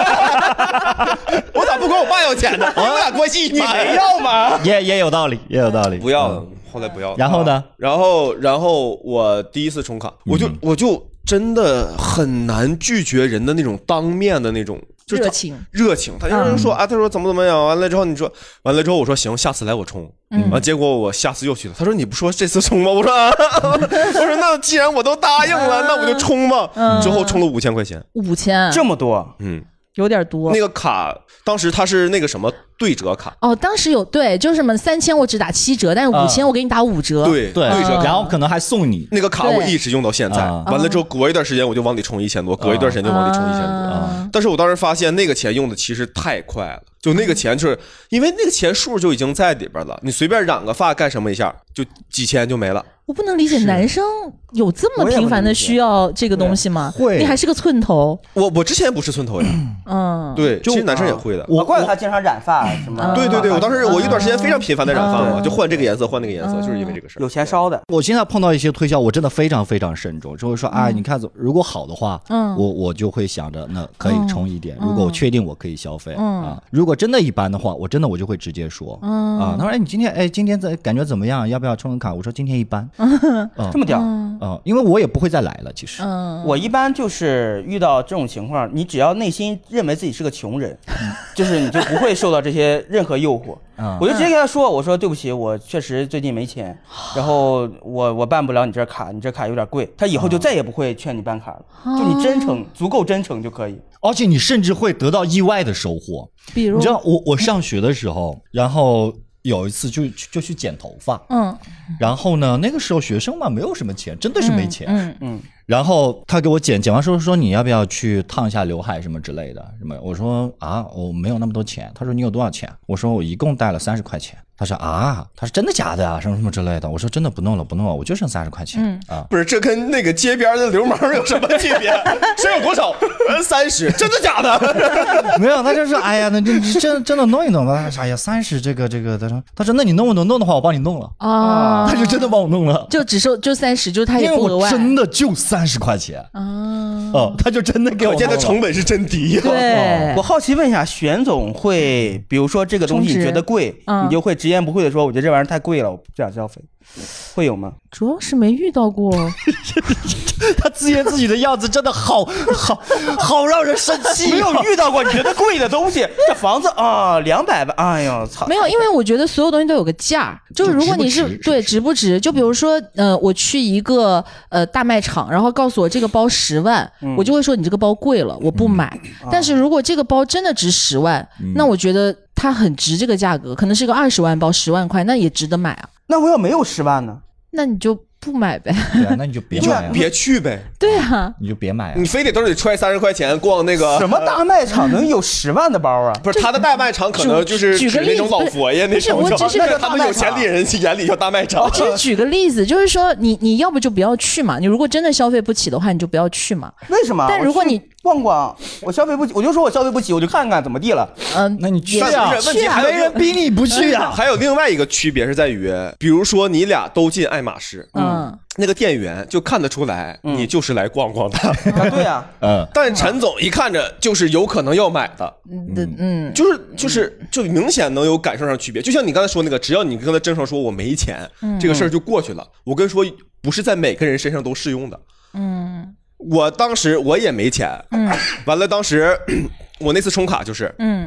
S3: 我咋不管我爸要钱呢？我们俩关系一般。
S2: 你没要吗？
S4: 也也有道理，也有道理。
S3: 不要了，嗯、后来不要了。
S4: 然后呢？
S3: 然后然后我第一次充卡，我就、嗯、我就真的很难拒绝人的那种当面的那种。
S1: 热情，
S3: 热情，他就是说、嗯、啊，他说怎么怎么样，完了之后你说，完了之后我说行，下次来我充，嗯，完结果我下次又去了，他说你不说这次充吗？我说啊，我说那既然我都答应了，那我就充吧。嗯、之后充了五千块钱，
S1: 五千
S2: 这么多，
S3: 嗯，
S1: 有点多。
S3: 那个卡当时它是那个什么对折卡，
S1: 哦，当时有对，就是什么三千我只打七折，但是五千我给你打五折，
S3: 对
S4: 对
S3: 对折卡，
S4: 然后可能还送你
S3: 那个卡，我一直用到现在。完了之后隔一段时间我就往里充一千多，隔一段时间就往里充一千多。但是我当时发现那个钱用的其实太快了，就那个钱就是因为那个钱数就已经在里边了，你随便染个发干什么一下就几千就没了。
S1: 我不能理解男生有这么频繁的需要这个东西吗？
S4: 会，
S1: 你还是个寸头。
S3: 我我之前不是寸头呀，
S1: 嗯，
S3: 对，其实男生也会的。
S2: 我怪他经常染发什么。
S3: 对对对，我当时我一段时间非常频繁的染发嘛，就换这个颜色换那个颜色，就是因为这个事儿。
S2: 有钱烧的。
S4: 我现在碰到一些推销，我真的非常非常慎重，就会说啊，你看如果好的话，嗯，我我就会想着那可以充一点，如果我确定我可以消费啊，如果真的一般的话，我真的我就会直接说，啊，他说哎你今天哎今天在感觉怎么样？要不要充个卡？我说今天一般。
S2: 这么屌，
S4: 嗯，因为我也不会再来了。其实，
S1: 嗯，
S2: 我一般就是遇到这种情况，你只要内心认为自己是个穷人，就是你就不会受到这些任何诱惑。嗯、我就直接跟他说，我说对不起，我确实最近没钱，然后我我办不了你这卡，你这卡有点贵。他以后就再也不会劝你办卡了，嗯、就你真诚，足够真诚就可以。
S4: 而且你甚至会得到意外的收获，
S1: 比如，
S4: 你知道我我上学的时候，然后。有一次就就去剪头发，嗯，然后呢，那个时候学生嘛，没有什么钱，真的是没钱，嗯 嗯, 嗯。然后他给我剪，剪完之后说你要不要去烫一下刘海什么之类的，什么？我说啊，我没有那么多钱。他说你有多少钱？我说我一共带了三十块钱。他说啊，他说真的假的啊，什么什么之类的。我说真的不弄了，不弄了，我就剩三十块钱、嗯、啊。
S3: 不是，这跟那个街边的流氓有什么区别？谁有多少？三十，真的假的？
S4: 没有，他就说哎呀，那这真真的弄一弄吧。哎呀，三十这个这个，他说他说那你弄不能弄的话，我帮你弄了啊。他就真的帮我弄了，
S1: 就只收就三十，就他也不额外，
S4: 因为我真的就三十块钱啊。哦，他就真的给我，
S3: 可见的成本是真低、啊。
S1: 对、
S2: 哦，我好奇问一下，玄总会，比如说这个东西你觉得贵，嗯、你就会直言不讳的说，我觉得这玩意儿太贵了，我不想消费，会有吗？
S1: 主要是没遇到过。
S4: 他自言自语的样子真的好好好让人生气。
S2: 没有遇到过你觉得贵的东西，这房子啊两百万，哎呦操！
S1: 没有，因为我觉得所有东西都有个价，就是如果你是对值不值，就比如说呃，我去一个呃大卖场，然后告诉我这个包十万、嗯，我就会说你这个包贵了，我不买。嗯、但是如果这个包真的值十万、嗯，那我觉得它很值这个价格，可能是个二十万包十万块，那也值得买啊。
S2: 那我要没有十万呢？
S1: 那你就不买呗。
S4: 对啊，那你就别买、啊，
S3: 别去呗。
S1: 对啊，
S4: 你就别买、啊，
S3: 你非得兜里揣三十块钱逛那个
S2: 什么大卖场能有十万的包啊？
S3: 不是，他的大卖场可能就是指那种老佛爷那种，
S1: 不是，我只是
S3: 那他们有钱的人眼里叫大卖场。
S1: 我只是举个例子，就是说你你要不就不要去嘛，你如果真的消费不起的话，你就不要去嘛。
S2: 为什么？
S1: 但如果你
S2: 逛逛，我消费不起，我就说我消费不起，我就看看怎么地了。
S1: 嗯，
S4: 那你去啊，
S3: 问题还
S4: 没人逼你不去啊。
S3: 还有另外一个区别是在于，比如说你俩都进爱马仕，
S1: 嗯，
S3: 那个店员就看得出来你就是来逛逛的。
S2: 啊对呀，
S3: 嗯，但陈总一看着就是有可能要买的，
S1: 嗯嗯，
S3: 就是就是就明显能有感受上区别。就像你刚才说那个，只要你跟他真诚说我没钱，这个事儿就过去了。我跟说不是在每个人身上都适用的，
S1: 嗯。
S3: 我当时我也没钱，嗯，完了当时我那次充卡就是，嗯，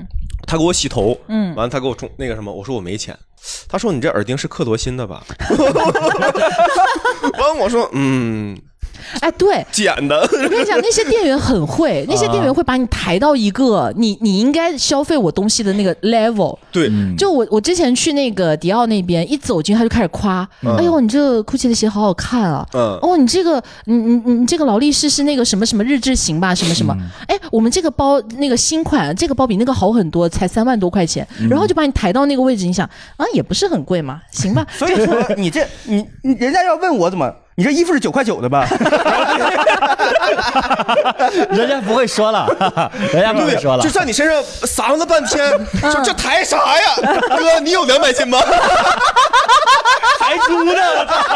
S3: 他给我洗头，嗯，完了他给我充那个什么，我说我没钱，他说你这耳钉是克多新的吧？完我说嗯。
S1: 哎，对，
S3: 捡的。
S1: 我跟你讲，那些店员很会，那些店员会把你抬到一个你你应该消费我东西的那个 level。
S3: 对，
S1: 就我我之前去那个迪奥那边，一走进他就开始夸，嗯、哎呦，你这个 GUCCI 的鞋好好看啊，嗯，哦，你这个你你你这个劳力士是那个什么什么日制型吧，什么什么，哎、嗯，我们这个包那个新款，这个包比那个好很多，才三万多块钱，嗯、然后就把你抬到那个位置，你想啊，也不是很贵嘛，行吧？
S2: 所以说你这你你人家要问我怎么。你这衣服是九块九的吧？
S4: 人家不会说了，人家不会说了，
S3: 就在你身上撒了半天，说这抬啥呀？哥，你有两百斤吗？
S2: 抬猪呢？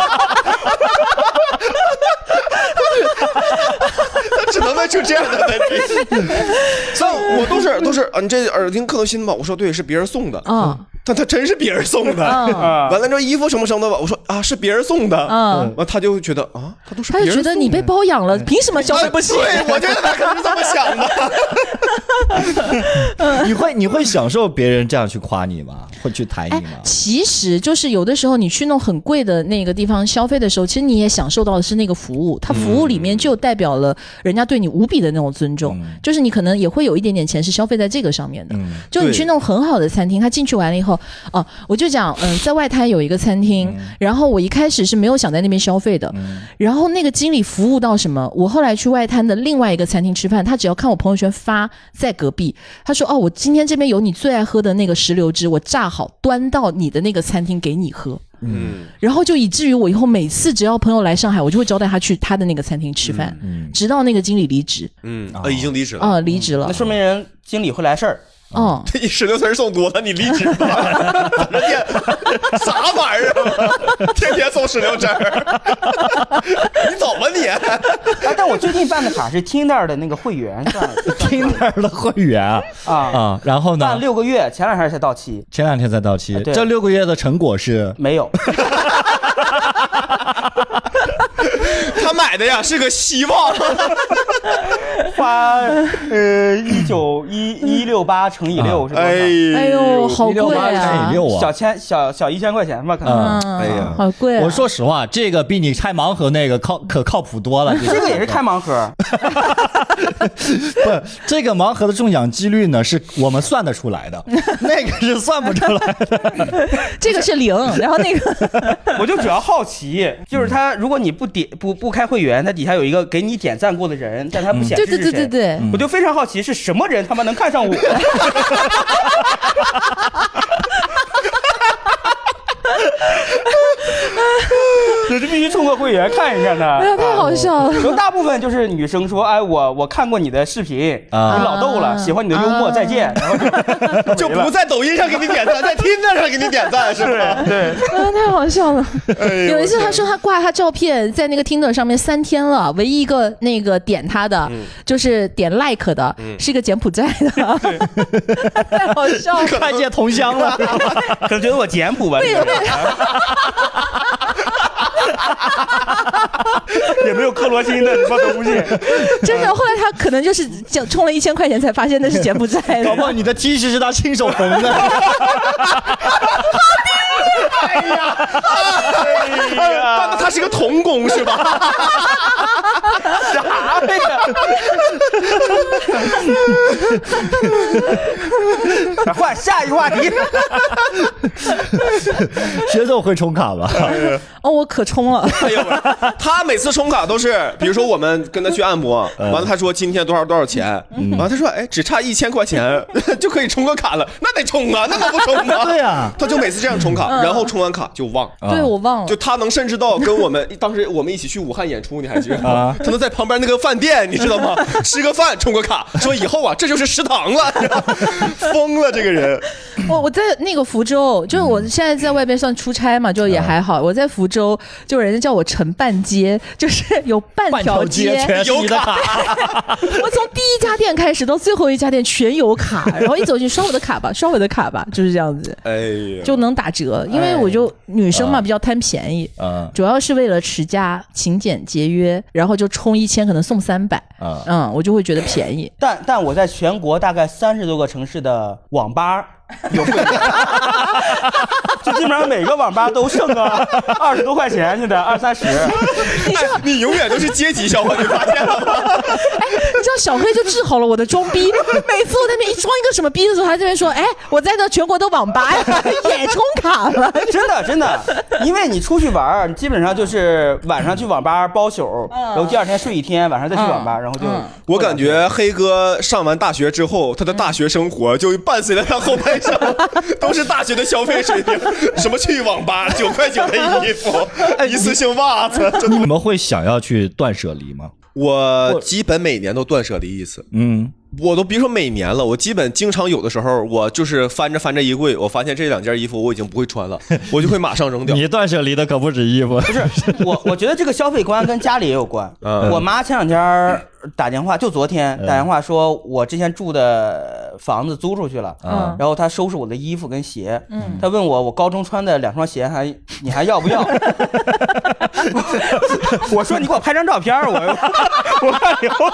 S3: 他只能问出这样的问题。像我都是都是啊，你这耳钉克多新吗？我说对，是别人送的。啊。但他真是别人送的，嗯、完了这衣服什么什么的吧，我说啊是别人送的，嗯，完他就觉得啊他都是别人送的，
S1: 他就觉得你被包养了，凭什么消费不起？
S3: 对，我觉得他可能是这么想
S4: 的。你会你会享受别人这样去夸你吗？会去抬你吗？
S1: 哎、其实就是有的时候你去那种很贵的那个地方消费的时候，其实你也享受到的是那个服务，它服务里面就代表了人家对你无比的那种尊重，嗯、就是你可能也会有一点点钱是消费在这个上面的。嗯、就你去那种很好的餐厅，他进去完了以后。哦，我就讲，嗯，在外滩有一个餐厅，嗯、然后我一开始是没有想在那边消费的，嗯、然后那个经理服务到什么，我后来去外滩的另外一个餐厅吃饭，他只要看我朋友圈发在隔壁，他说，哦，我今天这边有你最爱喝的那个石榴汁，我榨好端到你的那个餐厅给你喝。嗯，然后就以至于我以后每次只要朋友来上海，我就会招待他去他的那个餐厅吃饭，嗯、直到那个经理离职。
S3: 嗯，啊，已经离职了。
S1: 啊，离职了。
S2: 那说明人经理会来事儿。
S1: 哦，
S3: 你石榴汁送多了，你离职吧？人家啥玩意儿？天天送石榴汁儿，你走吧你！
S2: 啊，但我最近办的卡是 Tinder 的那个会员
S4: ，Tinder 的会员啊啊，然后呢？
S2: 办六个月，前两天才到期，
S4: 前两天才到期。这六个月的成果是
S2: 没有。
S3: 他买的呀是个希望，
S2: 花呃一九一一六八乘以六是多少？
S1: 哎呦，好贵啊！
S4: 乘以六啊，
S2: 小千小小一千块钱吧，可能。
S1: 哎呀，好贵！
S4: 我说实话，这个比你开盲盒那个靠可靠谱多了。
S2: 这个也是开盲盒，
S4: 不，这个盲盒的中奖几率呢是我们算得出来的，那个是算不出来的。
S1: 这个是零，然后那个
S2: 我就主要好奇，就是他如果你不点不不开会员，他底下有一个给你点赞过的人，但他不显示是谁。
S1: 对对对对对，
S2: 我就非常好奇是什么人他妈能看上我。这必须充个会员看一下呢。
S1: 哎呀，太好笑了！
S2: 有大部分就是女生说，哎，我我看过你的视频，啊、你老逗了，喜欢你的幽默，啊、再见。然后
S3: 就, 就不在抖音上给你点赞，在 Tinder 上给你点赞，是吧？
S2: 对，
S1: 啊，太好笑了。哎、有一次他说他挂他照片在那个 Tinder 上面三天了，唯一一个那个点他的、嗯、就是点 like 的，嗯、是一个柬埔寨的，太好笑了，
S4: 看见同乡了，
S2: 可能觉得我简朴吧。也没有克罗心的，你妈都不信。
S1: 真的，后来他可能就是充了一千块钱才发现那是柬埔寨的。
S4: 搞不好你的 T 恤是他亲手缝的。好
S3: 低！哎呀，哎呀，那他是个童工是吧？
S2: 啥那个？换下一个话题。
S4: 学总会充卡吧？
S1: 哦，我可充了。
S3: 哎呦，他每次充卡都是，比如说我们跟他去按摩，完了他说今天多少多少钱，完了他说哎只差一千块钱就可以充个卡了，那得充啊，那能不充吗？
S4: 对呀，
S3: 他就每次这样充卡，然后充完卡就忘。
S1: 对，我忘了。
S3: 就他能甚至到跟我们当时我们一起去武汉演出，你还记得吗？他能在旁边那个饭店，你知道吗？吃个饭充个卡，说以后啊这就是食堂了，疯了这个人。 天。
S1: 我我在那个福州，就是我现在在外边上出差嘛，就也还好。我在福州，就人家叫我陈半街，就是有半条街
S4: 全是你的卡。
S1: 我从第一家店开始到最后一家店全有卡，然后一走进刷我的卡吧，刷我的卡吧，就是这样子。哎呀，就能打折，因为我就女生嘛，比较贪便宜，嗯，主要是为了持家、勤俭节约，然后就充一千可能送三百，嗯，我就会觉得便宜。
S2: 但但我在全国大概三十多个城市的网吧有会员，就基本上每个网吧都剩个二十多块钱，现在二三十。
S3: 你知道，你永远都是阶级消费，你发现了吗？
S1: 哎，你知道小黑就治好了我的装逼，每次我在那边一装一个什么逼的时候，他这边说，哎，我在那全国的网吧也充卡了。
S2: 真的真的，因为你出去玩，基本上就是晚上去网吧包宿，嗯、然后第二天睡一天，晚上再去网吧，嗯、然后就。嗯、
S3: 我感觉黑哥上完大学之后，他的大学生活就伴随在他后背。都是大学的消费水平，什么去网吧九块九的衣服，一次性袜子。
S4: 你们会想要去断舍离吗？
S3: 我基本每年都断舍离一次。嗯，我都别说每年了，我基本经常有的时候，我就是翻着翻着衣柜，我发现这两件衣服我已经不会穿了，我就会马上扔掉。
S4: 你断舍离的可不止衣服，
S2: 不是我，我觉得这个消费观跟家里也有关。嗯、我妈前两天打电话，就昨天打电话说，我之前住的房子租出去了，嗯、然后她收拾我的衣服跟鞋，嗯、她问我我高中穿的两双鞋还你还要不要？我说你给我拍张照片，我我看以后。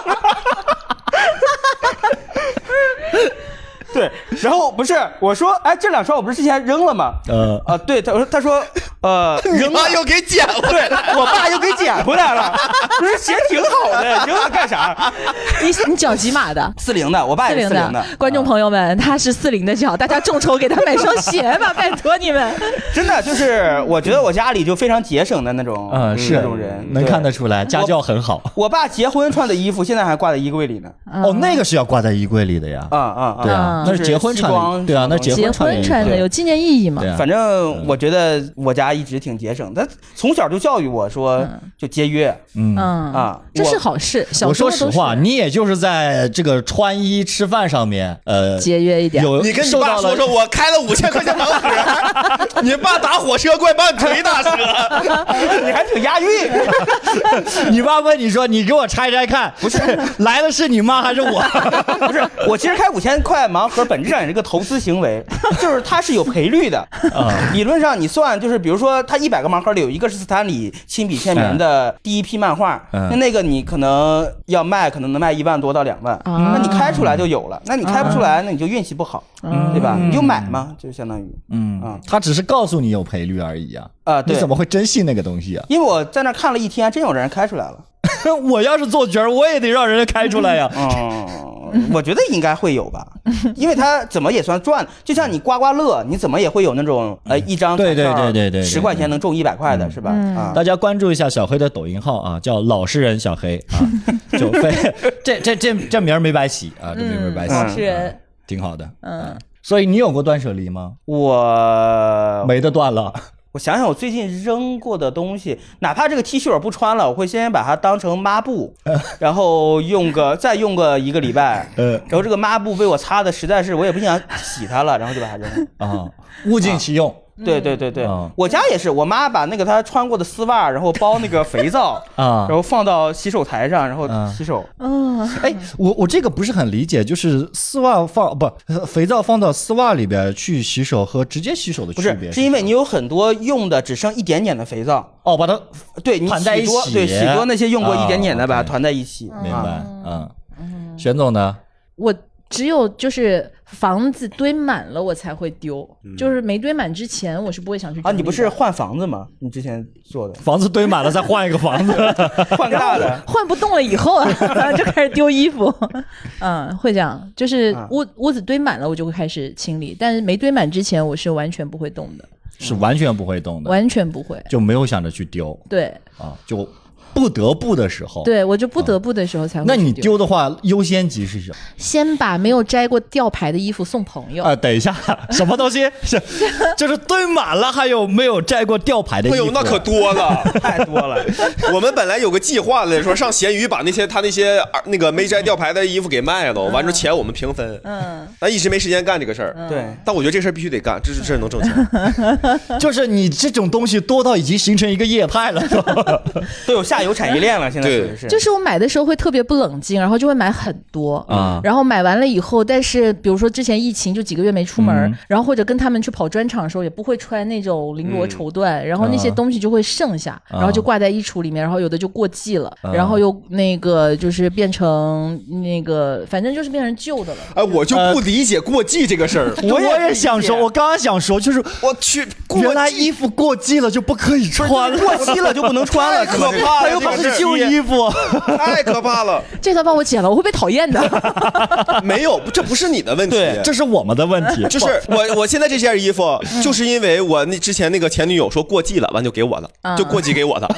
S2: 对，然后不是我说，哎，这两双我不是之前扔了吗？呃啊，对，他说他说呃扔了，
S3: 又给捡回来，
S2: 对我爸又给捡回来了。不是鞋挺好的，扔了干啥？
S1: 你你脚几码的？
S2: 四零的，我爸也是四零的。
S1: 观众朋友们，他是四零的脚，大家众筹给他买双鞋吧，拜托你们。
S2: 真的就是，我觉得我家里就非常节省的那种，嗯，是那种人，
S4: 能看得出来，家教很好。
S2: 我爸结婚穿的衣服，现在还挂在衣柜里呢。
S4: 哦，那个是要挂在衣柜里的呀。
S2: 啊啊，
S4: 对啊。那是结婚穿的，对啊，那结
S1: 婚穿的有纪念意义嘛？
S2: 反正我觉得我家一直挺节省，他从小就教育我说就节约，
S1: 嗯啊，这是好事。
S4: 我说实话，你也就是在这个穿衣吃饭上面，呃，
S1: 节约一点。
S3: 有你跟你爸说说，我开了五千块钱盲盒，你爸打火车怪把你腿打折，
S2: 你还挺押韵。
S4: 你爸问你说，你给我拆拆看，
S2: 不是
S4: 来的是你妈还是我？
S2: 不是，我其实开五千块盲盒本质上也是个投资行为，就是它是有赔率的。啊、理论上你算，就是比如说它一百个盲盒里有一个是斯坦李亲笔签名的第一批漫画，嗯、那那个你可能要卖，可能能卖一万多到两万，嗯、那你开出来就有了。那你开不出来，那你就运气不好，嗯、对吧？你就买嘛，就相当于，
S4: 嗯啊，他只是告诉你有赔率而已啊。啊，
S2: 对，
S4: 你怎么会真信那个东西啊？
S2: 因为我在那看了一天，真有人开出来了。
S4: 我要是做角，我也得让人家开出来呀。
S2: 嗯，我觉得应该会有吧，因为他怎么也算赚，就像你刮刮乐，你怎么也会有那种呃一张
S4: 对对对对对
S2: 十块钱能中一百块的，是吧？啊，
S4: 大家关注一下小黑的抖音号啊，叫老实人小黑啊，就非这这这这名没白起啊，这名没白起，
S1: 老实人
S4: 挺好的。嗯，所以你有过断舍离吗？
S2: 我
S4: 没得断了。
S2: 我想想，我最近扔过的东西，哪怕这个 T 恤我不穿了，我会先把它当成抹布，然后用个再用个一个礼拜，然后这个抹布被我擦的实在是我也不想洗它了，然后就把它扔了
S4: 啊，物尽其用。
S2: 对对对对，嗯、我家也是，我妈把那个她穿过的丝袜，然后包那个肥皂啊，然后放到洗手台上，然后洗手。
S4: 嗯，哎，我我这个不是很理解，就是丝袜放不肥皂放到丝袜里边去洗手和直接洗手的区别是？
S2: 不是，是因为你有很多用的只剩一点点的肥皂
S4: 哦，把它
S2: 对你
S4: 团在一起，
S2: 对洗多那些用过一点点的，把它团在一起。
S4: 明白，嗯，玄总呢？
S1: 我。只有就是房子堆满了我才会丢，嗯、就是没堆满之前我是不会想去丢
S2: 啊。你不是换房子吗？你之前做的
S4: 房子堆满了再换一个房子，
S2: 换个大的，
S1: 换不动了以后啊，就开始丢衣服。嗯，会这样，就是屋屋子堆满了我就会开始清理，但是没堆满之前我是完全不会动的，
S4: 是完全不会动的，
S1: 完全不会，
S4: 就没有想着去丢。
S1: 对
S4: 啊，就不得不的时候，
S1: 对我就不得不的时候才会、
S4: 嗯。那你丢的话，优先级是什么？
S1: 先把没有摘过吊牌的衣服送朋友。
S4: 啊、呃，等一下，什么东西？是就是堆满了，还有没有摘过吊牌的衣服？
S3: 哎呦，那可多了，
S2: 太多了。
S3: 我们本来有个计划的，说上闲鱼把那些他那些那个没摘吊牌的衣服给卖了，完之后钱我们平分。嗯，但一直没时间干这个事儿。
S2: 对，
S3: 但我觉得这事儿必须得干，这这能挣钱。
S4: 就是你这种东西多到已经形成一个业态了，
S2: 都有下游产业链了。现在是，
S1: 就是我买的时候会特别不冷静，然后就会买很多啊。然后买完了以后，但是比如说之前疫情就几个月没出门，嗯、然后或者跟他们去跑专场的时候，也不会穿那种绫罗绸缎，嗯、然后那些东西就会剩下，啊、然后就挂在衣橱里面，然后有的就过季了，啊、然后又那个就是变成那个，反正就是变成旧的了。
S3: 哎，我就不理解过季这个事儿。
S4: 我也想说，我刚刚想说，就是
S3: 我去，
S4: 原来衣服过季了就不可以穿了，
S2: 过期了就不能穿了，
S3: 可怕了，
S4: 它又不是旧衣服，
S3: 太可怕了。
S1: 这段帮我剪了，我会被讨厌的。
S3: 没有，这不是你的问题，
S4: 这是我们的问题。
S3: 就是我，我现在这件衣服，就是因为我那之前那个前女友说过季了，完就给我了，嗯、就过季给我的。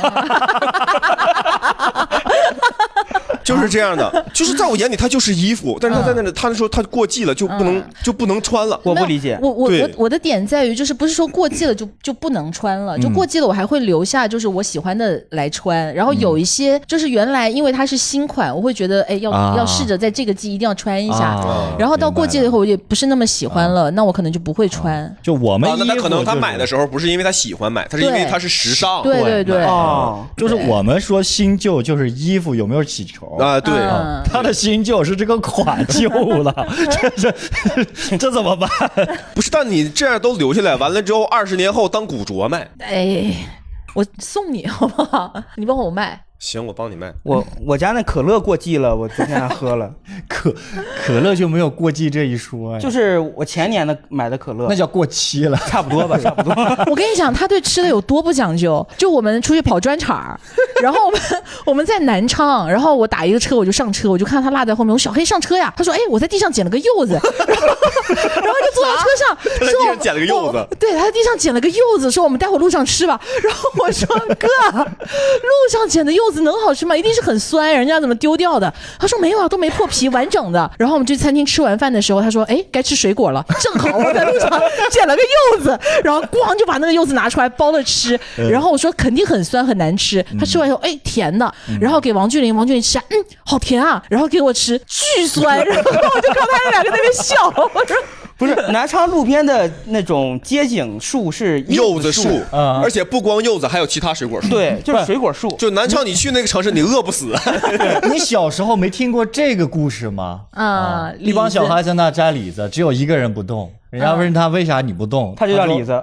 S3: 就是这样的，就是在我眼里它就是衣服，但是他在那里，他说他过季了就不能、嗯、就不能穿了。
S2: 我不理解，
S1: 我我我我的点在于就是不是说过季了就就不能穿了，就过季了我还会留下就是我喜欢的来穿，然后有一些就是原来因为它是新款，我会觉得哎要、啊、要试着在这个季一定要穿一下，啊、然后到过季了以后我也不是那么喜欢了，啊、那我可能就不会穿。啊、
S4: 就我们衣服、就是，
S3: 那他可能他买的时候不是因为他喜欢买，他是因为他是时尚。
S1: 对对对，
S4: 哦，就是我们说新旧就是衣服有没有起球
S3: 啊？对。
S1: 嗯
S4: 他的新旧是这个款旧了，这这这怎么办？
S3: 不是，但你这样都留下来，完了之后二十年后当古着卖。
S1: 哎，我送你好不好？你帮我卖。
S3: 行，我帮你卖。
S2: 我我家那可乐过季了，我昨天还喝了。
S4: 可可乐就没有过季这一说呀？
S2: 就是我前年的买的可乐，
S4: 那叫过期了，
S2: 差不多吧，差不多。
S1: 我跟你讲，他对吃的有多不讲究。就我们出去跑专场，然后我们我们在南昌，然后我打一个车，我就上车，我就看到他落在后面，我说小黑上车呀。他说哎，我在地上捡了个柚子，然后然后就坐到车上，
S3: 他在地上捡了个柚子。
S1: 对，他在地上捡了个柚子，说我们待会路上吃吧。然后我说哥，路上捡的柚子能好吃吗？一定是很酸，人家怎么丢掉的？他说没有啊，都没破皮，完整的。然后我们去餐厅吃完饭的时候，他说哎，该吃水果了，正好我在路上捡了个柚子，然后咣就把那个柚子拿出来剥了吃。然后我说肯定很酸很难吃，他吃完以后哎甜的，然后给王俊霖，王俊霖吃，嗯好甜啊，然后给我吃巨酸，然后我就看他们两个在那边笑，我说。
S2: 不是南昌路边的那种街景树是
S3: 柚子树，
S2: 嗯、
S3: 而且不光柚子，还有其他水果树。
S2: 对，就是水果树。
S3: 就南昌，你去那个城市，你饿不死。
S4: 你小时候没听过这个故事吗？
S1: 啊，
S4: 啊一帮小孩在那摘李子，只有一个人不动。人家问他为啥你不动，
S2: 他就叫李子。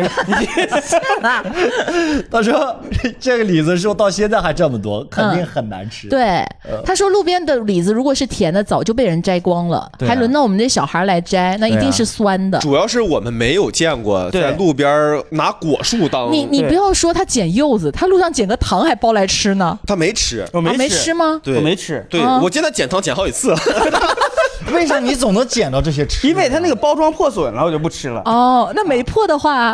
S4: 他说这个李子树到现在还这么多，肯定很难吃。
S1: 嗯、对，他说路边的李子如果是甜的，早就被人摘光了，啊、还轮到我们这小孩来摘，那一定是酸的。
S3: 主要是我们没有见过在路边拿果树当。
S1: 你你不要说他捡柚子，他路上捡个糖还包来吃呢。
S3: 他没吃，
S2: 我没吃、
S1: 啊、没吃吗？
S3: 对，
S2: 我没吃。
S3: 对、啊、我见他捡糖捡好几次了。
S4: 为啥你总能捡到这些吃？
S2: 因为他那个包装破损了，我就不吃了。
S1: 哦，那没破的话，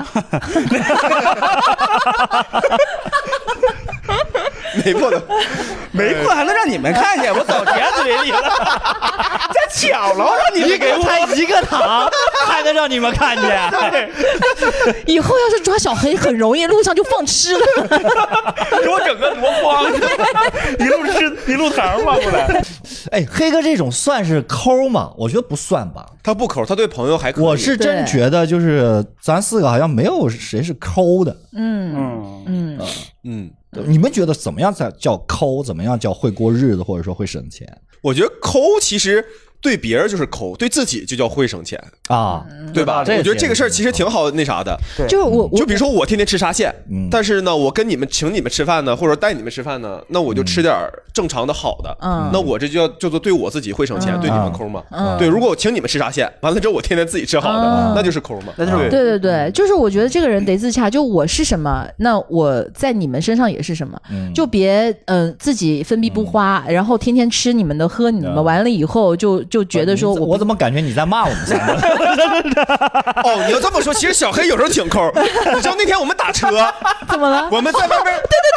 S3: 没破的，
S2: 没破还能让你们看见？我早填嘴里了，在巧了让你们给我
S4: 才一个糖，还能让你们看见？
S1: 以后要是抓小黑，很容易路上就放吃的，
S2: 给我整个箩筐，一路吃一路糖放过来。
S4: 哎，黑哥这种算是抠吗？我觉得不算吧。
S3: 他不抠，他对朋友还可以。
S4: 我是真觉得就是咱四个好像没有谁是抠的。
S1: 嗯嗯嗯
S3: 嗯，
S4: 你们觉得怎么样才叫抠？怎么样叫会过日子，或者说会省钱？
S3: 我觉得抠其实对别人就是抠，对自己就叫会省钱
S4: 啊，
S3: 对吧？我觉得这个事儿其实挺好那啥的。
S1: 就是我，
S3: 就比如说我天天吃沙县，嗯、但是呢，我跟你们请你们吃饭呢，或者带你们吃饭呢，那我就吃点正常的好的，嗯、那我这就叫叫做对我自己会省钱，嗯、对你们抠嘛。嗯、对，如果我请你们吃沙县，完了之后我天天自己吃好的，嗯、那就是抠嘛。
S2: 那就是
S1: 对对对，就是我觉得这个人得自洽，就我是什么，那我在你们身上也是什么，嗯、就别嗯、呃、自己分泌不花，嗯、然后天天吃你们的喝你们，嗯、完了以后就就觉得说我。
S4: 我怎么感觉你在骂我们三个？
S3: 哦，你要这么说，其实小黑有时候挺抠。你知道那天我们打车，
S1: 怎么了？
S3: 我们在外面，
S1: 对对对对对，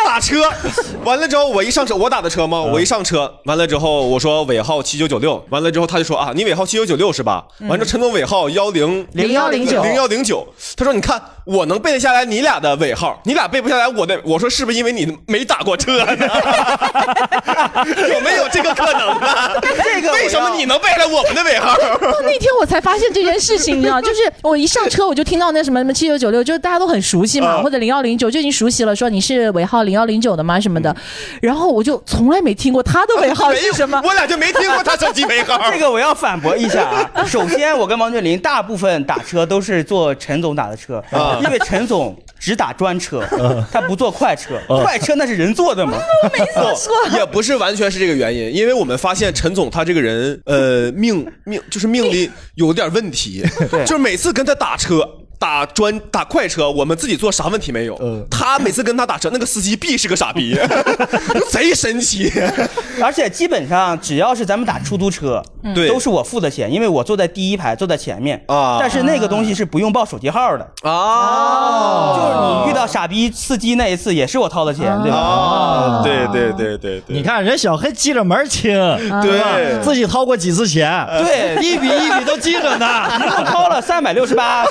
S3: 打车，完了之后我一上车，我打的车吗？我一上车，完了之后我说尾号七九九六，完了之后他就说啊，你尾号七九九六是吧？完了陈总尾号幺零
S1: 零幺零九
S3: 零幺零九，他说你看我能背得下来你俩的尾号，你俩背不下来我的，我说是不是因为你没打过车呢？有没有这个可能呢？
S2: 这个
S3: 为什么你能背下来我们的尾号？
S1: 到那天我才发现这件事情，你知道，就是我一上车我就听到那什么什么七九九六，就是大家都很熟悉嘛，嗯、或者零幺零九就已经熟悉了，说你是尾号零幺零九的吗什么的，然后我就从来没听过他的尾号是什么，
S3: 我俩就没听过他手机尾号。
S2: 这个我要反驳一下啊！首先，我跟王俊霖大部分打车都是坐陈总打的车，啊、因为陈总只打专车，他不坐快车，啊、快车那是人坐的嘛。
S1: 我没这么说，
S3: 也不是完全是这个原因，因为我们发现陈总他这个人，呃，命命就是命里有点问题，就是每次跟他打车。打专打快车，我们自己坐啥问题没有？嗯，他每次跟他打车，那个司机必是个傻逼，贼神奇。
S2: 而且基本上只要是咱们打出租车，对、嗯，都是我付的钱，因为我坐在第一排，坐在前面啊。但是那个东西是不用报手机号的啊，就是你遇到傻逼司机那一次，也是我掏的钱，对吧？
S3: 啊，对对对对对。
S4: 你看人小黑记着门清，
S3: 对，
S4: 自己掏过几次钱，
S2: 对，
S4: 一笔一笔都记着呢，
S2: 一共掏了三百六十八。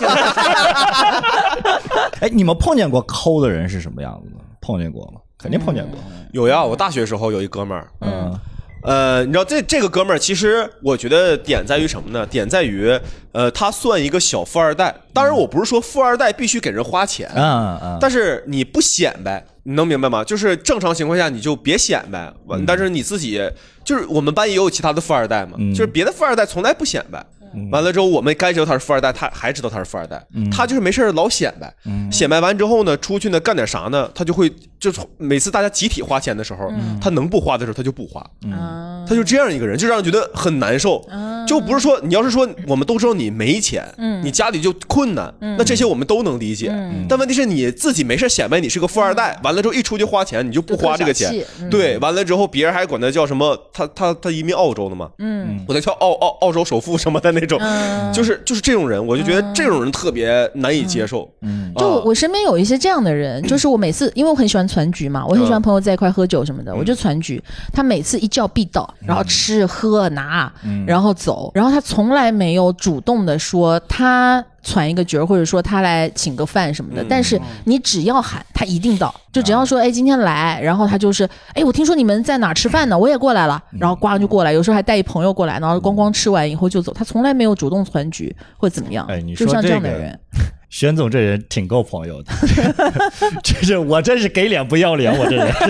S4: 哎，你们碰见过抠的人是什么样子的？碰见过吗？肯定碰见过。
S3: 嗯、有呀，我大学时候有一哥们儿，嗯，呃，你知道这这个哥们儿，其实我觉得点在于什么呢？点在于，呃，他算一个小富二代。当然，我不是说富二代必须给人花钱，嗯嗯，但是你不显摆，你能明白吗？就是正常情况下你就别显摆，嗯、但是你自己就是我们班也有其他的富二代嘛，嗯、就是别的富二代从来不显摆。完了之后，我们该知道他是富二代，他还知道他是富二代。嗯、他就是没事老显摆，嗯、显摆完之后呢，出去呢干点啥呢？他就会就每次大家集体花钱的时候，嗯、他能不花的时候他就不花。嗯、他就这样一个人，就让人觉得很难受。嗯、就不是说你要是说我们都知道你没钱，嗯、你家里就困难，嗯、那这些我们都能理解。嗯、但问题是你自己没事显摆你是个富二代，嗯、完了之后一出去花钱你就不花这个钱。嗯、对，完了之后别人还管他叫什么？他他他移民澳洲的嘛，嗯，我在叫澳澳澳洲首富什么的那种。嗯、就是就是这种人，我就觉得这种人特别难以接受。嗯，
S1: 就我身边有一些这样的人，就是我每次因为我很喜欢攒局嘛，我很喜欢朋友在一块喝酒什么的，嗯、我就攒局。他每次一叫必到，然后吃喝拿，嗯、然后走，然后他从来没有主动的说他攒一个局，或者说他来请个饭什么的。嗯、但是你只要喊，他一定到。就只要说哎今天来，然后他就是哎我听说你们在哪吃饭呢，我也过来了，然后呱就过来，有时候还带一朋友过来，然后光光吃完以后就走。他从来没有主动攒局或怎么样。
S4: 哎，你说
S1: 就像这样的人。
S4: 玄总这人挺够朋友的，就是我真是给脸不要脸，我这人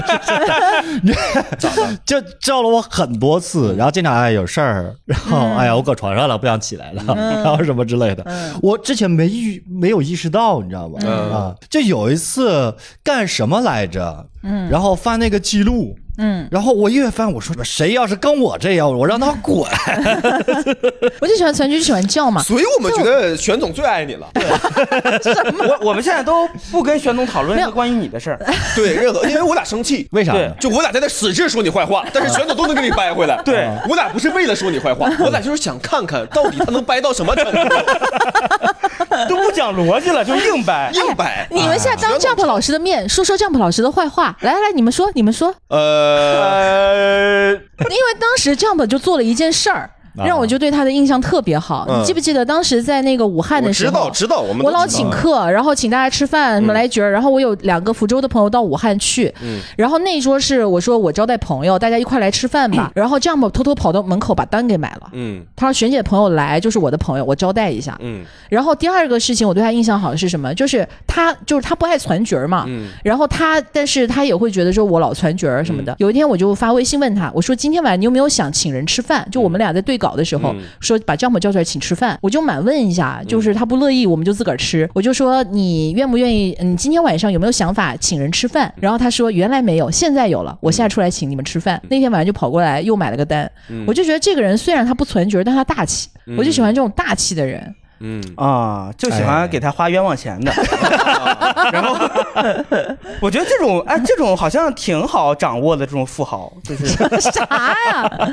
S4: 就叫了我很多次，然后经常哎有事儿，然后、嗯、哎呀我搁床上了不想起来了，嗯、然后什么之类的，嗯、我之前没意没有意识到，你知道吗？嗯、啊，就有一次干什么来着？嗯，然后翻那个记录。嗯，然后我越翻，我说谁要是跟我这样，我让他滚。
S1: 我就喜欢攒局，就喜欢叫嘛。
S3: 所以我们觉得玄总最爱你了。对，
S2: 我我们现在都不跟玄总讨论是关于你的事儿。
S3: 对，任何因为我俩生气，
S4: 为啥呢？
S3: 就我俩在那使劲说你坏话，但是玄总都能给你掰回来。
S2: 对，
S3: 我俩不是为了说你坏话，我俩就是想看看到底他能掰到什么程度。
S2: 都不讲逻辑了，就硬掰，
S3: 硬掰。
S1: 你们现在当 Jump 老师的面说说 Jump 老师的坏话，来来来，你们说，你们说。呃，因为当时 Jump 就做了一件事儿。让我就对他的印象特别好。嗯、你记不记得当时在那个武汉的时候，
S3: 我知道知道，我们
S1: 我老请客，然后请大家吃饭，什么来局儿，嗯、然后我有两个福州的朋友到武汉去，嗯、然后那一桌是我说我招待朋友，大家一块来吃饭吧。嗯、然后 Jump 偷偷跑到门口把单给买了。嗯，他说璇姐朋友来就是我的朋友，我招待一下。嗯，然后第二个事情我对他印象好的是什么？就是他就是他不爱攒局儿嘛。嗯，然后他但是他也会觉得说我老攒局儿什么的。嗯、有一天我就发微信问他，我说今天晚上你有没有想请人吃饭？就我们俩在对稿的时候。嗯说把 Jump 叫出来请吃饭，我就满问一下，就是他不乐意我们就自个儿吃，我就说你愿不愿意，你今天晚上有没有想法请人吃饭？然后他说原来没有，现在有了，我现在出来请你们吃饭。那天晚上就跑过来又买了个单，我就觉得这个人虽然他不存局，但他大气，我就喜欢这种大气的人。
S2: 嗯啊，就喜欢给他花冤枉钱的，哎、然后我觉得这种哎，这种好像挺好掌握的这种富豪，就是
S1: 啥呀？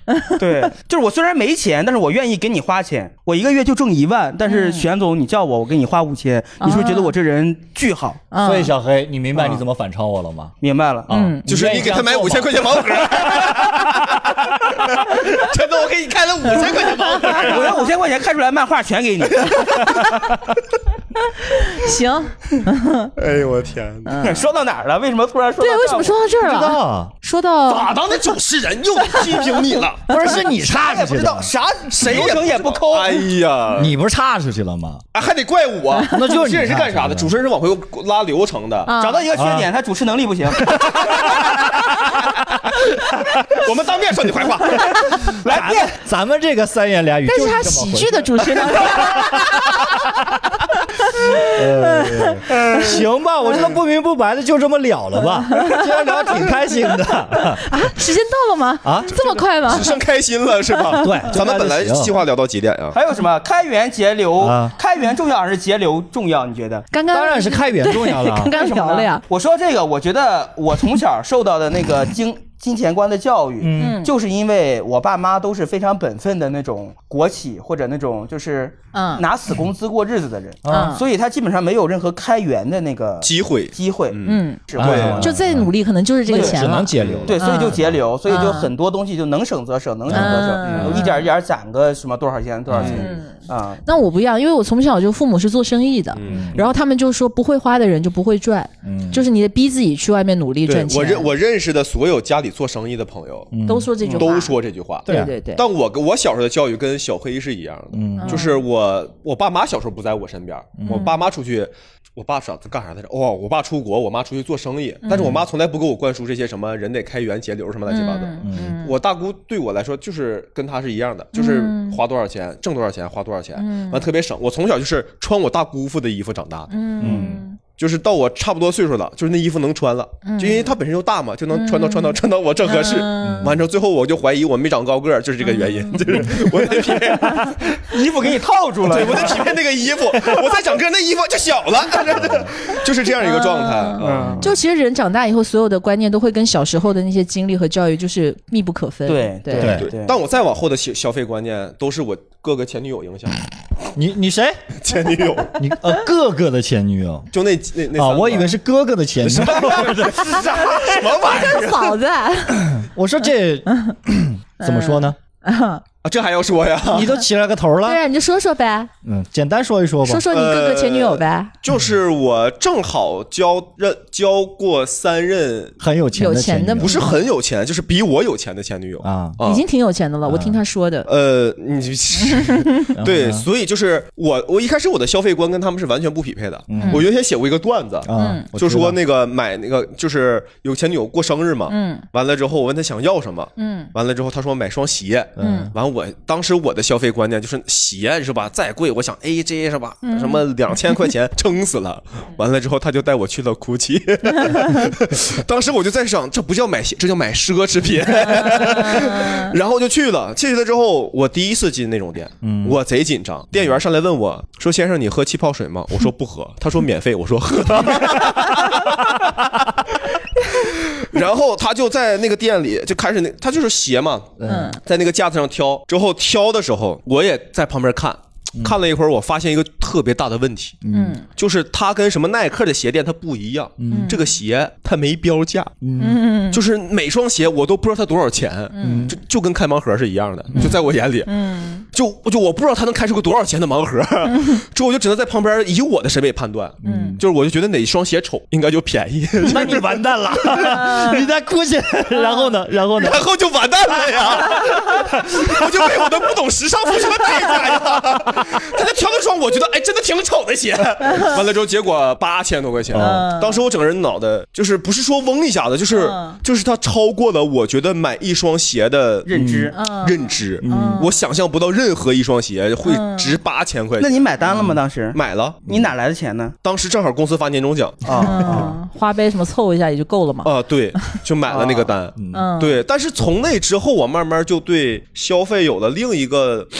S2: 对，就是我虽然没钱，但是我愿意给你花钱。我一个月就挣一万，但是玄总你叫我，我给你花五千，你是不是觉得我这人巨好？
S1: 嗯、
S4: 所以小黑，你明白你怎么反超我了吗？
S2: 明白了，
S3: 嗯，就是你给他买五千块钱盲盒，真的，我给你开了五千块钱盲盒，
S2: 我用五千块钱开出来漫画全给你。
S1: 行，
S3: 哎呦我天哪！
S2: 嗯、说到哪儿了？为什么突然说到
S1: 对？为什么说到这儿
S4: 了？
S1: 说到
S3: 咋当的主持人又批评你了？
S4: 不是，是你岔出去的，
S2: 啥谁流程也不抠。
S3: 哎呀，
S4: 你不是岔出去了吗？
S3: 啊，还得怪我，
S4: 那就是
S3: 这人是干啥的？主持人是往回拉流程的，
S2: 啊、找到一个缺点，他主持能力不行。
S3: 我们当面说你坏话，
S2: 来辩。
S4: 咱们这个三言两语，
S1: 但是他喜剧的主持人。
S4: 呃，行吧，我觉得不明不白的就这么了了吧，今天聊挺开心的
S1: 啊！时间到了吗？啊，这么快吗？
S3: 只剩开心了是吧？
S4: 对，
S3: 咱们本来计划聊到几点啊？
S2: 还有什么开源节流？啊、开源重要还是节流重要？你觉得？
S1: 刚刚
S4: 当然是开源重要了。
S1: 刚刚聊了呀。
S2: 我说这个，我觉得我从小受到的那个经。金钱观的教育，嗯，就是因为我爸妈都是非常本分的那种国企或者那种就是嗯拿死工资过日子的人，嗯，所以他基本上没有任何开源的那个
S3: 机会
S2: 机会，
S1: 嗯，
S2: 只会
S1: 就再努力可能就是这个钱了，
S4: 只能节流，
S2: 对，所以就节流，所以就很多东西就能省则省，能省则省，一点一点攒个什么多少钱多少钱啊。
S1: 那我不一样，因为我从小就父母是做生意的，然后他们就说不会花的人就不会赚，就是你得逼自己去外面努力赚钱。
S3: 我认我认识的所有家里做生意的朋友。
S1: 都说这句话，
S3: 都说这句话，
S1: 对对对。
S3: 但我我小时候的教育跟小黑是一样的，嗯，就是我我爸妈小时候不在我身边，嗯、我爸妈出去，我爸啥干啥来着？哦，我爸出国，我妈出去做生意，嗯、但是我妈从来不给我灌输这些什么人得开源节流什么乱七八糟。嗯嗯、我大姑对我来说就是跟她是一样的，就是花多少钱挣多少钱花多少钱，完、嗯、特别省。我从小就是穿我大姑父的衣服长大的，嗯。嗯就是到我差不多岁数了，就是那衣服能穿了，嗯、就因为它本身就大嘛，就能穿到穿到穿到我正合适。嗯、完之后，最后我就怀疑我没长高个儿，就是这个原因，嗯、就是我得匹配
S2: 衣服给你套住了，
S3: 对，我得匹配那个衣服，我再长个那衣服就小了，就是这样一个状态。
S1: 嗯，就其实人长大以后，所有的观念都会跟小时候的那些经历和教育就是密不可分。
S2: 对
S1: 对
S2: 对, 对, 对。
S3: 但我再往后的消消费观念都是我各个前女友影响。
S4: 你你谁？
S3: 前女友？
S4: 你呃各个的前女友？
S3: 就那那那
S4: 啊，我以为是哥哥的前女友。
S3: 什么什么玩意儿？
S1: 嫂子。
S4: 我说这怎么说呢？
S3: 啊，这还要说呀？
S4: 你都起了个头了。
S1: 对啊，你就说说呗。
S4: 嗯，简单说一说吧。
S1: 说说你各个前女友呗。呃、
S3: 就是我正好交任交过三任
S4: 很有钱的前女友，
S3: 不是很有钱，就是比我有钱的前女友
S4: 啊，
S3: 啊
S1: 已经挺有钱的了。啊、我听他说的。
S3: 呃，你对，所以就是我我一开始我的消费观跟他们是完全不匹配的。嗯、我原先写过一个段子，
S4: 嗯、
S3: 就说那个买那个就是有前女友过生日嘛，嗯，完了之后我问他想要什么，嗯，完了之后他说买双鞋，嗯，完我当时我的消费观念就是鞋是吧，再贵我想 A J 是吧，嗯、什么两千块钱撑死了，完了之后他就带我去了 GUCCI， 当时我就在想这不叫买鞋，这叫买奢侈品，然后就去了，去了之后我第一次进那种店，嗯、我贼紧张，店员上来问我说先生你喝气泡水吗？我说不喝，他说免费，我说喝。然后他就在那个店里就开始那，他就是鞋嘛，嗯，在那个架子上挑，之后挑的时候我也在旁边看，看了一会儿，我发现一个特别大的问题，嗯，就是它跟什么耐克的鞋店它不一样，嗯，这个鞋它没标价，嗯，就是每双鞋我都不知道它多少钱，嗯，就就跟开盲盒是一样的，就在我眼里，嗯，就就我不知道它能开出个多少钱的盲盒，之后我就只能在旁边以我的审美判断，嗯，就是我就觉得哪一双鞋丑应该就便宜，
S4: 那你完蛋了，你在哭泣，然后呢，然后呢，
S3: 然后就完蛋了呀，我就为我的不懂时尚付出了代价呀。他在挑那双我觉得哎真的挺丑的鞋，完了之后结果八千多块钱，嗯、当时我整个人脑袋就是不是说嗡一下子，就是、嗯、就是它超过了我觉得买一双鞋的
S2: 认知，
S3: 嗯、认知，嗯、我想象不到任何一双鞋会值八千块钱。
S2: 那你买单了吗？当时
S3: 买了。
S2: 你哪来的钱呢？
S3: 当时正好公司发年终奖
S1: 啊，啊花呗什么凑一下也就够了嘛。
S3: 啊，对，就买了那个单。嗯，对。但是从那之后，我慢慢就对消费有了另一个。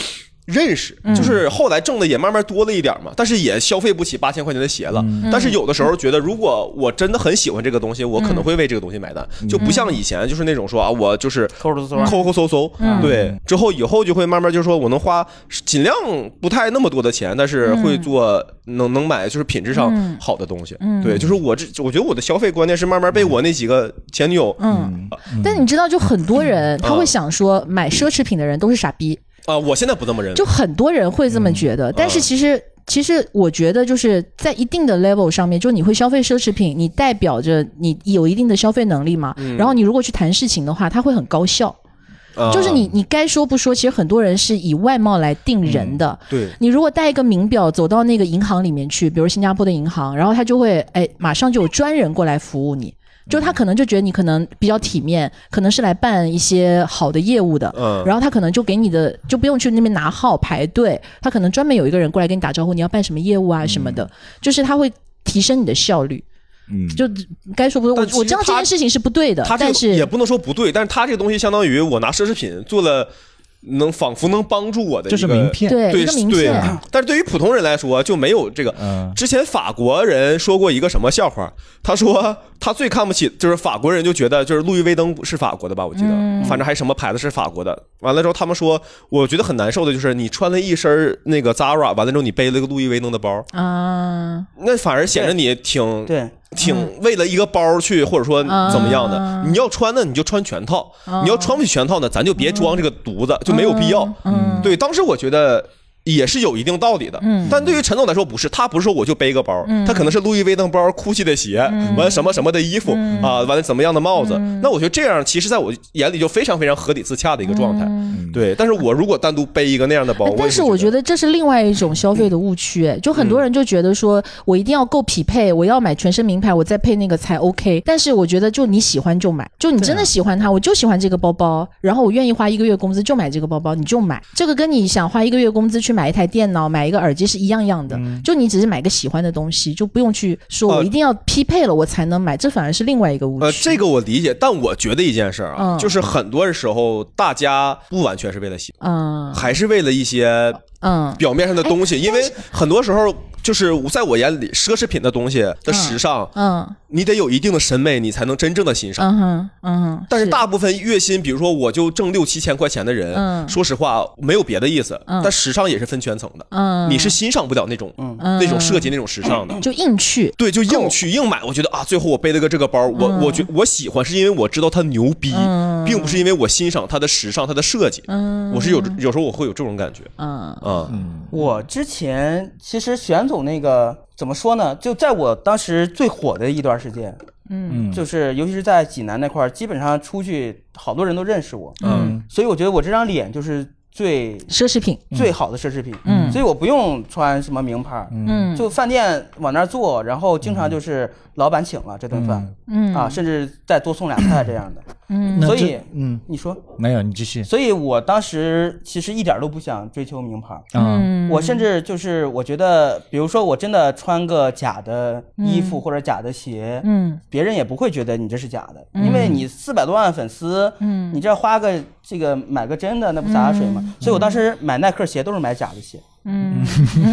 S3: 认识，就是后来挣的也慢慢多了一点嘛，但是也消费不起八千块钱的鞋了。嗯、但是有的时候觉得，如果我真的很喜欢这个东西，我可能会为这个东西买单，嗯、就不像以前就是那种说啊，我就是抠抠搜搜，嗯、对，之后以后就会慢慢就是说我能花尽量不太那么多的钱，但是会做能能买就是品质上好的东西。嗯、对，就是我这我觉得我的消费观念是慢慢被我那几个前女友，
S1: 嗯，嗯但你知道，就很多人他会想说，买奢侈品的人都是傻逼。
S3: 啊、呃，我现在不这么认为，
S1: 就很多人会这么觉得，嗯、但是其实、嗯、其实我觉得就是在一定的 level 上面，就你会消费奢侈品，你代表着你有一定的消费能力嘛，嗯、然后你如果去谈事情的话，它会很高效。嗯、就是你你该说不说，其实很多人是以外貌来定人的。
S3: 嗯、对，
S1: 你如果带一个名表走到那个银行里面去，比如新加坡的银行，然后他就会哎马上就有专人过来服务你。就他可能就觉得你可能比较体面，可能是来办一些好的业务的，嗯，然后他可能就给你的就不用去那边拿号排队，他可能专门有一个人过来跟你打招呼，你要办什么业务啊什么的，嗯、就是他会提升你的效率。嗯，就该说不说，我我知道这件事情是不对的，
S3: 他
S1: 但是
S3: 也不能说不对，但是他这个东西相当于我拿奢侈品做了。能仿佛能帮助我的一个，
S4: 就是名片，
S1: 对
S3: 对
S1: 一个名片。
S3: 对，但是对于普通人来说就没有这个。嗯、之前法国人说过一个什么笑话？他说他最看不起，就是法国人就觉得就是路易威登是法国的吧，我记得，嗯、反正还什么牌子是法国的。完了之后，他们说，我觉得很难受的就是你穿了一身那个 Zara， 完了之后你背了个路易威登的包啊，那反而显得你挺
S2: 对。
S3: 挺为了一个包去，或者说怎么样的，嗯、你要穿呢你就穿全套，嗯、你要穿不起全套呢，咱就别装这个犊子，嗯、就没有必要。嗯、对，当时我觉得也是有一定道理的，嗯、但对于陈总来说不是，他不是说我就背个包，嗯、他可能是路易威登包、GUCCI的鞋，嗯、完了什么什么的衣服，嗯、啊，完了怎么样的帽子，嗯、那我觉得这样其实在我眼里就非常非常合理自洽的一个状态。嗯、对，但是我如果单独背一个那样的包，
S1: 但是我觉得这是另外一种消费的误区，哎，就很多人就觉得说我一定要够匹配，我要买全身名牌，我再配那个才 OK。但是我觉得就你喜欢就买，就你真的喜欢它，我就喜欢这个包包，然后我愿意花一个月工资就买这个包包，你就买。这个跟你想花一个月工资去买一台电脑、买一个耳机是一样样的，嗯、就你只是买个喜欢的东西，就不用去说我一定要匹配了我才能买，呃、这反而是另外一个误区。
S3: 呃，这个我理解，但我觉得一件事啊，嗯、就是很多时候大家不完全是为了喜欢，嗯、还是为了一些嗯表面上的东西，因为很多时候。就是在我眼里，奢侈品的东西的时尚，嗯，嗯你得有一定的审美，你才能真正的欣赏。嗯哼，嗯哼。但是大部分月薪，比如说我就挣六七千块钱的人，嗯，说实话没有别的意思，嗯，但时尚也是分圈层的，嗯，你是欣赏不了那种，嗯，那种设计那种时尚的，
S1: 就硬去，
S3: 对，就硬去硬买。我觉得啊，最后我背了个这个包，我、嗯、我觉我喜欢是因为我知道它牛逼，嗯、并不是因为我欣赏它的时尚、它的设计。嗯，我是有有时候我会有这种感觉。嗯
S2: 嗯，嗯我之前其实玄总那个。怎么说呢？就在我当时最火的一段时间，嗯，就是尤其是在济南那块儿，基本上出去好多人都认识我，嗯，所以我觉得我这张脸就是最
S1: 奢侈品，
S2: 最好的奢侈品，嗯，所以我不用穿什么名牌，嗯，就饭店往那儿坐，然后经常就是老板请了这顿饭，嗯啊，甚至再多送俩菜这样的，嗯，所以，嗯，你说
S4: 没有，你继续。
S2: 所以我当时其实一点都不想追求名牌，嗯，我甚至就是我觉得，比如说我真的穿个假的衣服或者假的鞋，嗯，别人也不会觉得你这是假的，因为你四百多万粉丝，嗯，你这花个这个买个真的，那不洒水吗？所以我当时买耐克鞋都是买假的鞋。嗯，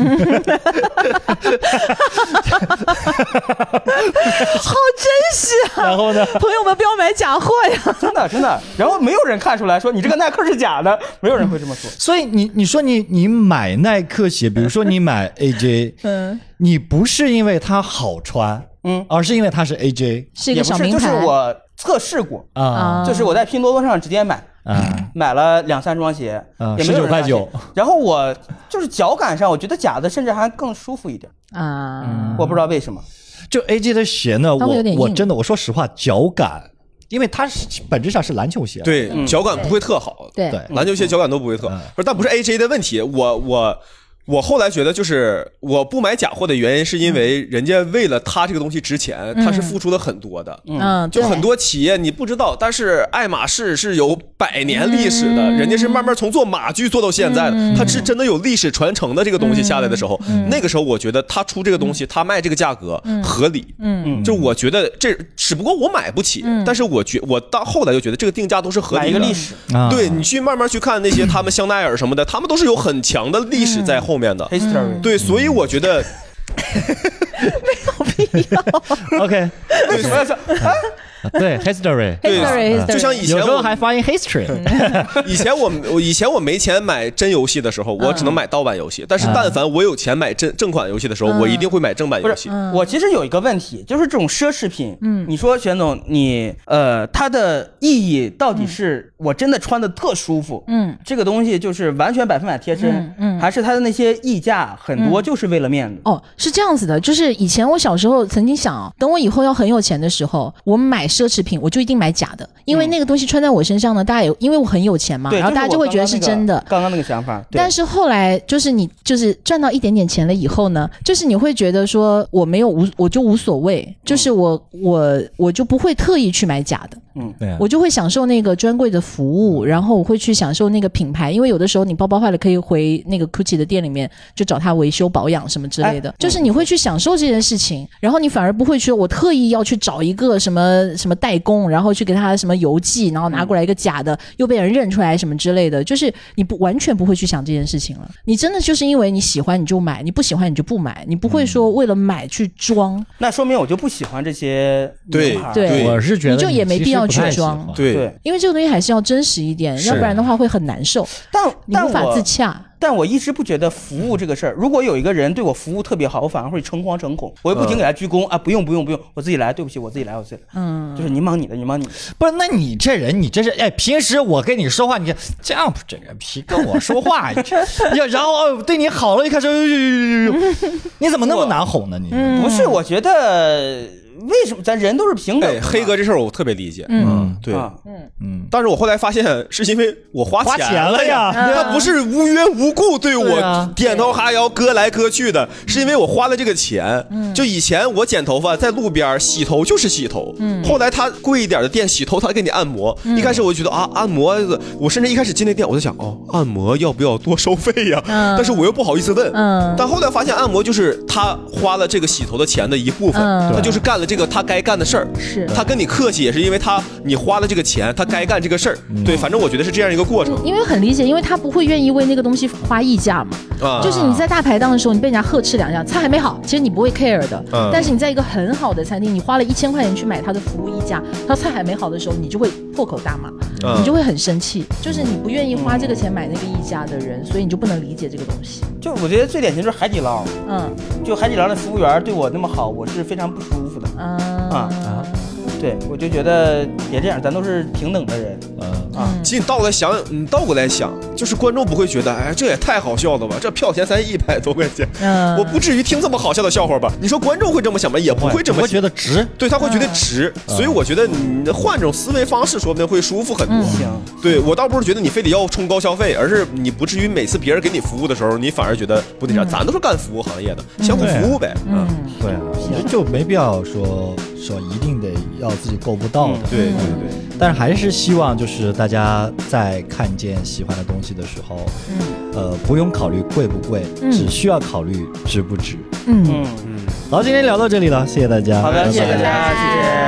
S1: 好真实啊！
S4: 然后呢，
S1: 朋友们不要买假货呀！
S2: 真的真的，然后没有人看出来说你这个耐克是假的，没有人会这么说。
S4: 所以你你说你你买耐克鞋，比如说你买 A J， 嗯，你不是因为它好穿，嗯，而是因为它是 A J，
S1: 是一个小名牌，
S2: 就是我测试过啊，就是我在拼多多上直接买。啊、嗯，买了两三双鞋，啊、也没有人发现。十九块九。然后我就是脚感上，我觉得假的甚至还更舒服一点啊、嗯，我不知道为什么。
S4: 就 A J 的鞋呢，我我真的我说实话，脚感，因为它是本质上是篮球鞋，
S3: 对，嗯、脚感不会特好，
S1: 对
S3: 对，篮球鞋脚感都不会特好。嗯、不是，但不是 A J 的问题，我我我后来觉得，就是我不买假货的原因，是因为人家为了他这个东西值钱，嗯、他是付出了很多的。
S1: 嗯，
S3: 就很多企业你不知道，但是爱马仕是有百年历史的，嗯、人家是慢慢从做马具做到现在的，嗯、他是真的有历史传承的这个东西下来的时候，嗯、那个时候我觉得他出这个东西，他卖这个价格合理。嗯，就我觉得这只不过我买不起，嗯、但是我觉我到后来就觉得这个定价都是合理的。
S2: 买一个历史，
S3: 对你去慢慢去看那些他们香奈儿什么的，他们都是有很强的历史在后面的。
S2: 嗯、
S3: 对，所以我觉得
S1: 没有必要。
S4: OK，
S2: 为什么要说？啊
S4: 对 history，
S1: 对，
S3: 就像以前
S4: 有时候还发音 history。
S3: 以前我我以前我没钱买真游戏的时候，我只能买盗版游戏。但是但凡我有钱买正正款游戏的时候，我一定会买正版游戏。
S2: 我其实有一个问题，就是这种奢侈品，嗯，你说玄总，你呃，它的意义到底是我真的穿的特舒服，嗯，这个东西就是完全百分百贴身，嗯，还是它的那些溢价很多就是为了面子？
S1: 哦，是这样子的，就是以前我小时候曾经想，等我以后要很有钱的时候，我买奢侈品我就一定买假的，因为那个东西穿在我身上呢，大家也因为我很有钱嘛，然后大家就会觉得是真的。
S2: 刚刚那个想法，
S1: 但是后来就是你就是赚到一点点钱了以后呢，就是你会觉得说我没有无我就无所谓，就是我我我就不会特意去买假的。嗯，对，我就会享受那个专柜的服务，然后我会去享受那个品牌，因为有的时候你包包坏了可以回那个 Gucci 的店里面就找他维修保养什么之类的，哎、就是你会去享受这件事情，然后你反而不会说我特意要去找一个什么什么代工，然后去给他什么邮寄，然后拿过来一个假的，又被人认出来什么之类的，就是你不完全不会去想这件事情了。你真的就是因为你喜欢你就买，你不喜欢你就不买，你不会说为了买去装。
S2: 那说明我就不喜欢这些
S3: 对
S1: 对，
S4: 我是觉得
S1: 你就也没必要去装。
S3: 对
S2: 对，
S1: 因为这个东西还是要真实一点，要不然的话会很难受。
S2: 但
S1: 你无法自洽。
S2: 但我一直不觉得服务这个事儿，如果有一个人对我服务特别好，我反而会诚惶诚恐，我会不停给他鞠躬、嗯、啊，不用不用不用，我自己来，对不起，我自己来，我自己来。嗯，就是你忙你的，你忙你的。
S4: 不是，那你这人，你这是哎，平时我跟你说话，你这样这个皮跟我说话，要然后哦对你好了，一开始，你怎么那么难哄呢？你、
S2: 嗯、不是，我觉得。为什么咱人都是平等的？
S3: 哎，黑哥这事儿我特别理解。嗯，对，嗯嗯。但是我后来发现，是因为我花钱了呀，
S4: 花钱了呀
S3: 他不是无缘无故对我点头哈腰、割来割去的，是因为我花了这个钱。嗯，就以前我剪头发在路边洗头就是洗头，嗯，后来他贵一点的店洗头他给你按摩。嗯、一开始我就觉得啊，按摩，我甚至一开始进那店我就想，哦，按摩要不要多收费呀？嗯，但是我又不好意思问。嗯，但后来发现按摩就是他花了这个洗头的钱的一部分，嗯、他就是干了这个他该干的事儿，
S1: 是
S3: 他跟你客气也是因为他你花了这个钱，他该干这个事儿。嗯、对，反正我觉得是这样一个过程。
S1: 因为很理解，因为他不会愿意为那个东西花溢价嘛。啊，就是你在大排档的时候，你被人家呵斥两下，菜还没好，其实你不会 care 的。嗯，但是你在一个很好的餐厅，你花了一千块钱去买他的服务溢价，他菜还没好的时候，你就会破口大骂，嗯、你就会很生气。就是你不愿意花这个钱买那个溢价的人，所以你就不能理解这个东西。
S2: 就我觉得最典型就是海底捞，嗯，就海底捞的服务员对我那么好，我是非常不舒服的。嗯。啊啊！对，我就觉得别这样，咱都是平等的人。嗯啊，
S3: 其实你倒过来想，你倒过来想，就是观众不会觉得，哎，这也太好笑了吧？这票钱才一百多块钱，嗯，我不至于听这么好笑的笑话吧？你说观众会这么想吗？也不会这么想，
S4: 会觉得值，
S3: 对他会觉得值。嗯、所以我觉得你换种思维方式，说不定会舒服很多。行、嗯，对我倒不是觉得你非得要冲高消费，而是你不至于每次别人给你服务的时候，你反而觉得不那啥，嗯、咱都是干服务行业的，相互服务呗。
S4: 嗯，对啊，其实就没必要说说一定得要自己够不到的。
S3: 嗯、对对对。
S4: 但是还是希望就是大家在看见喜欢的东西的时候，嗯，呃，不用考虑贵不贵，嗯、只需要考虑值不值。嗯嗯嗯。好，今天聊到这里了，谢谢大家。
S2: 好的，谢谢大家，谢谢。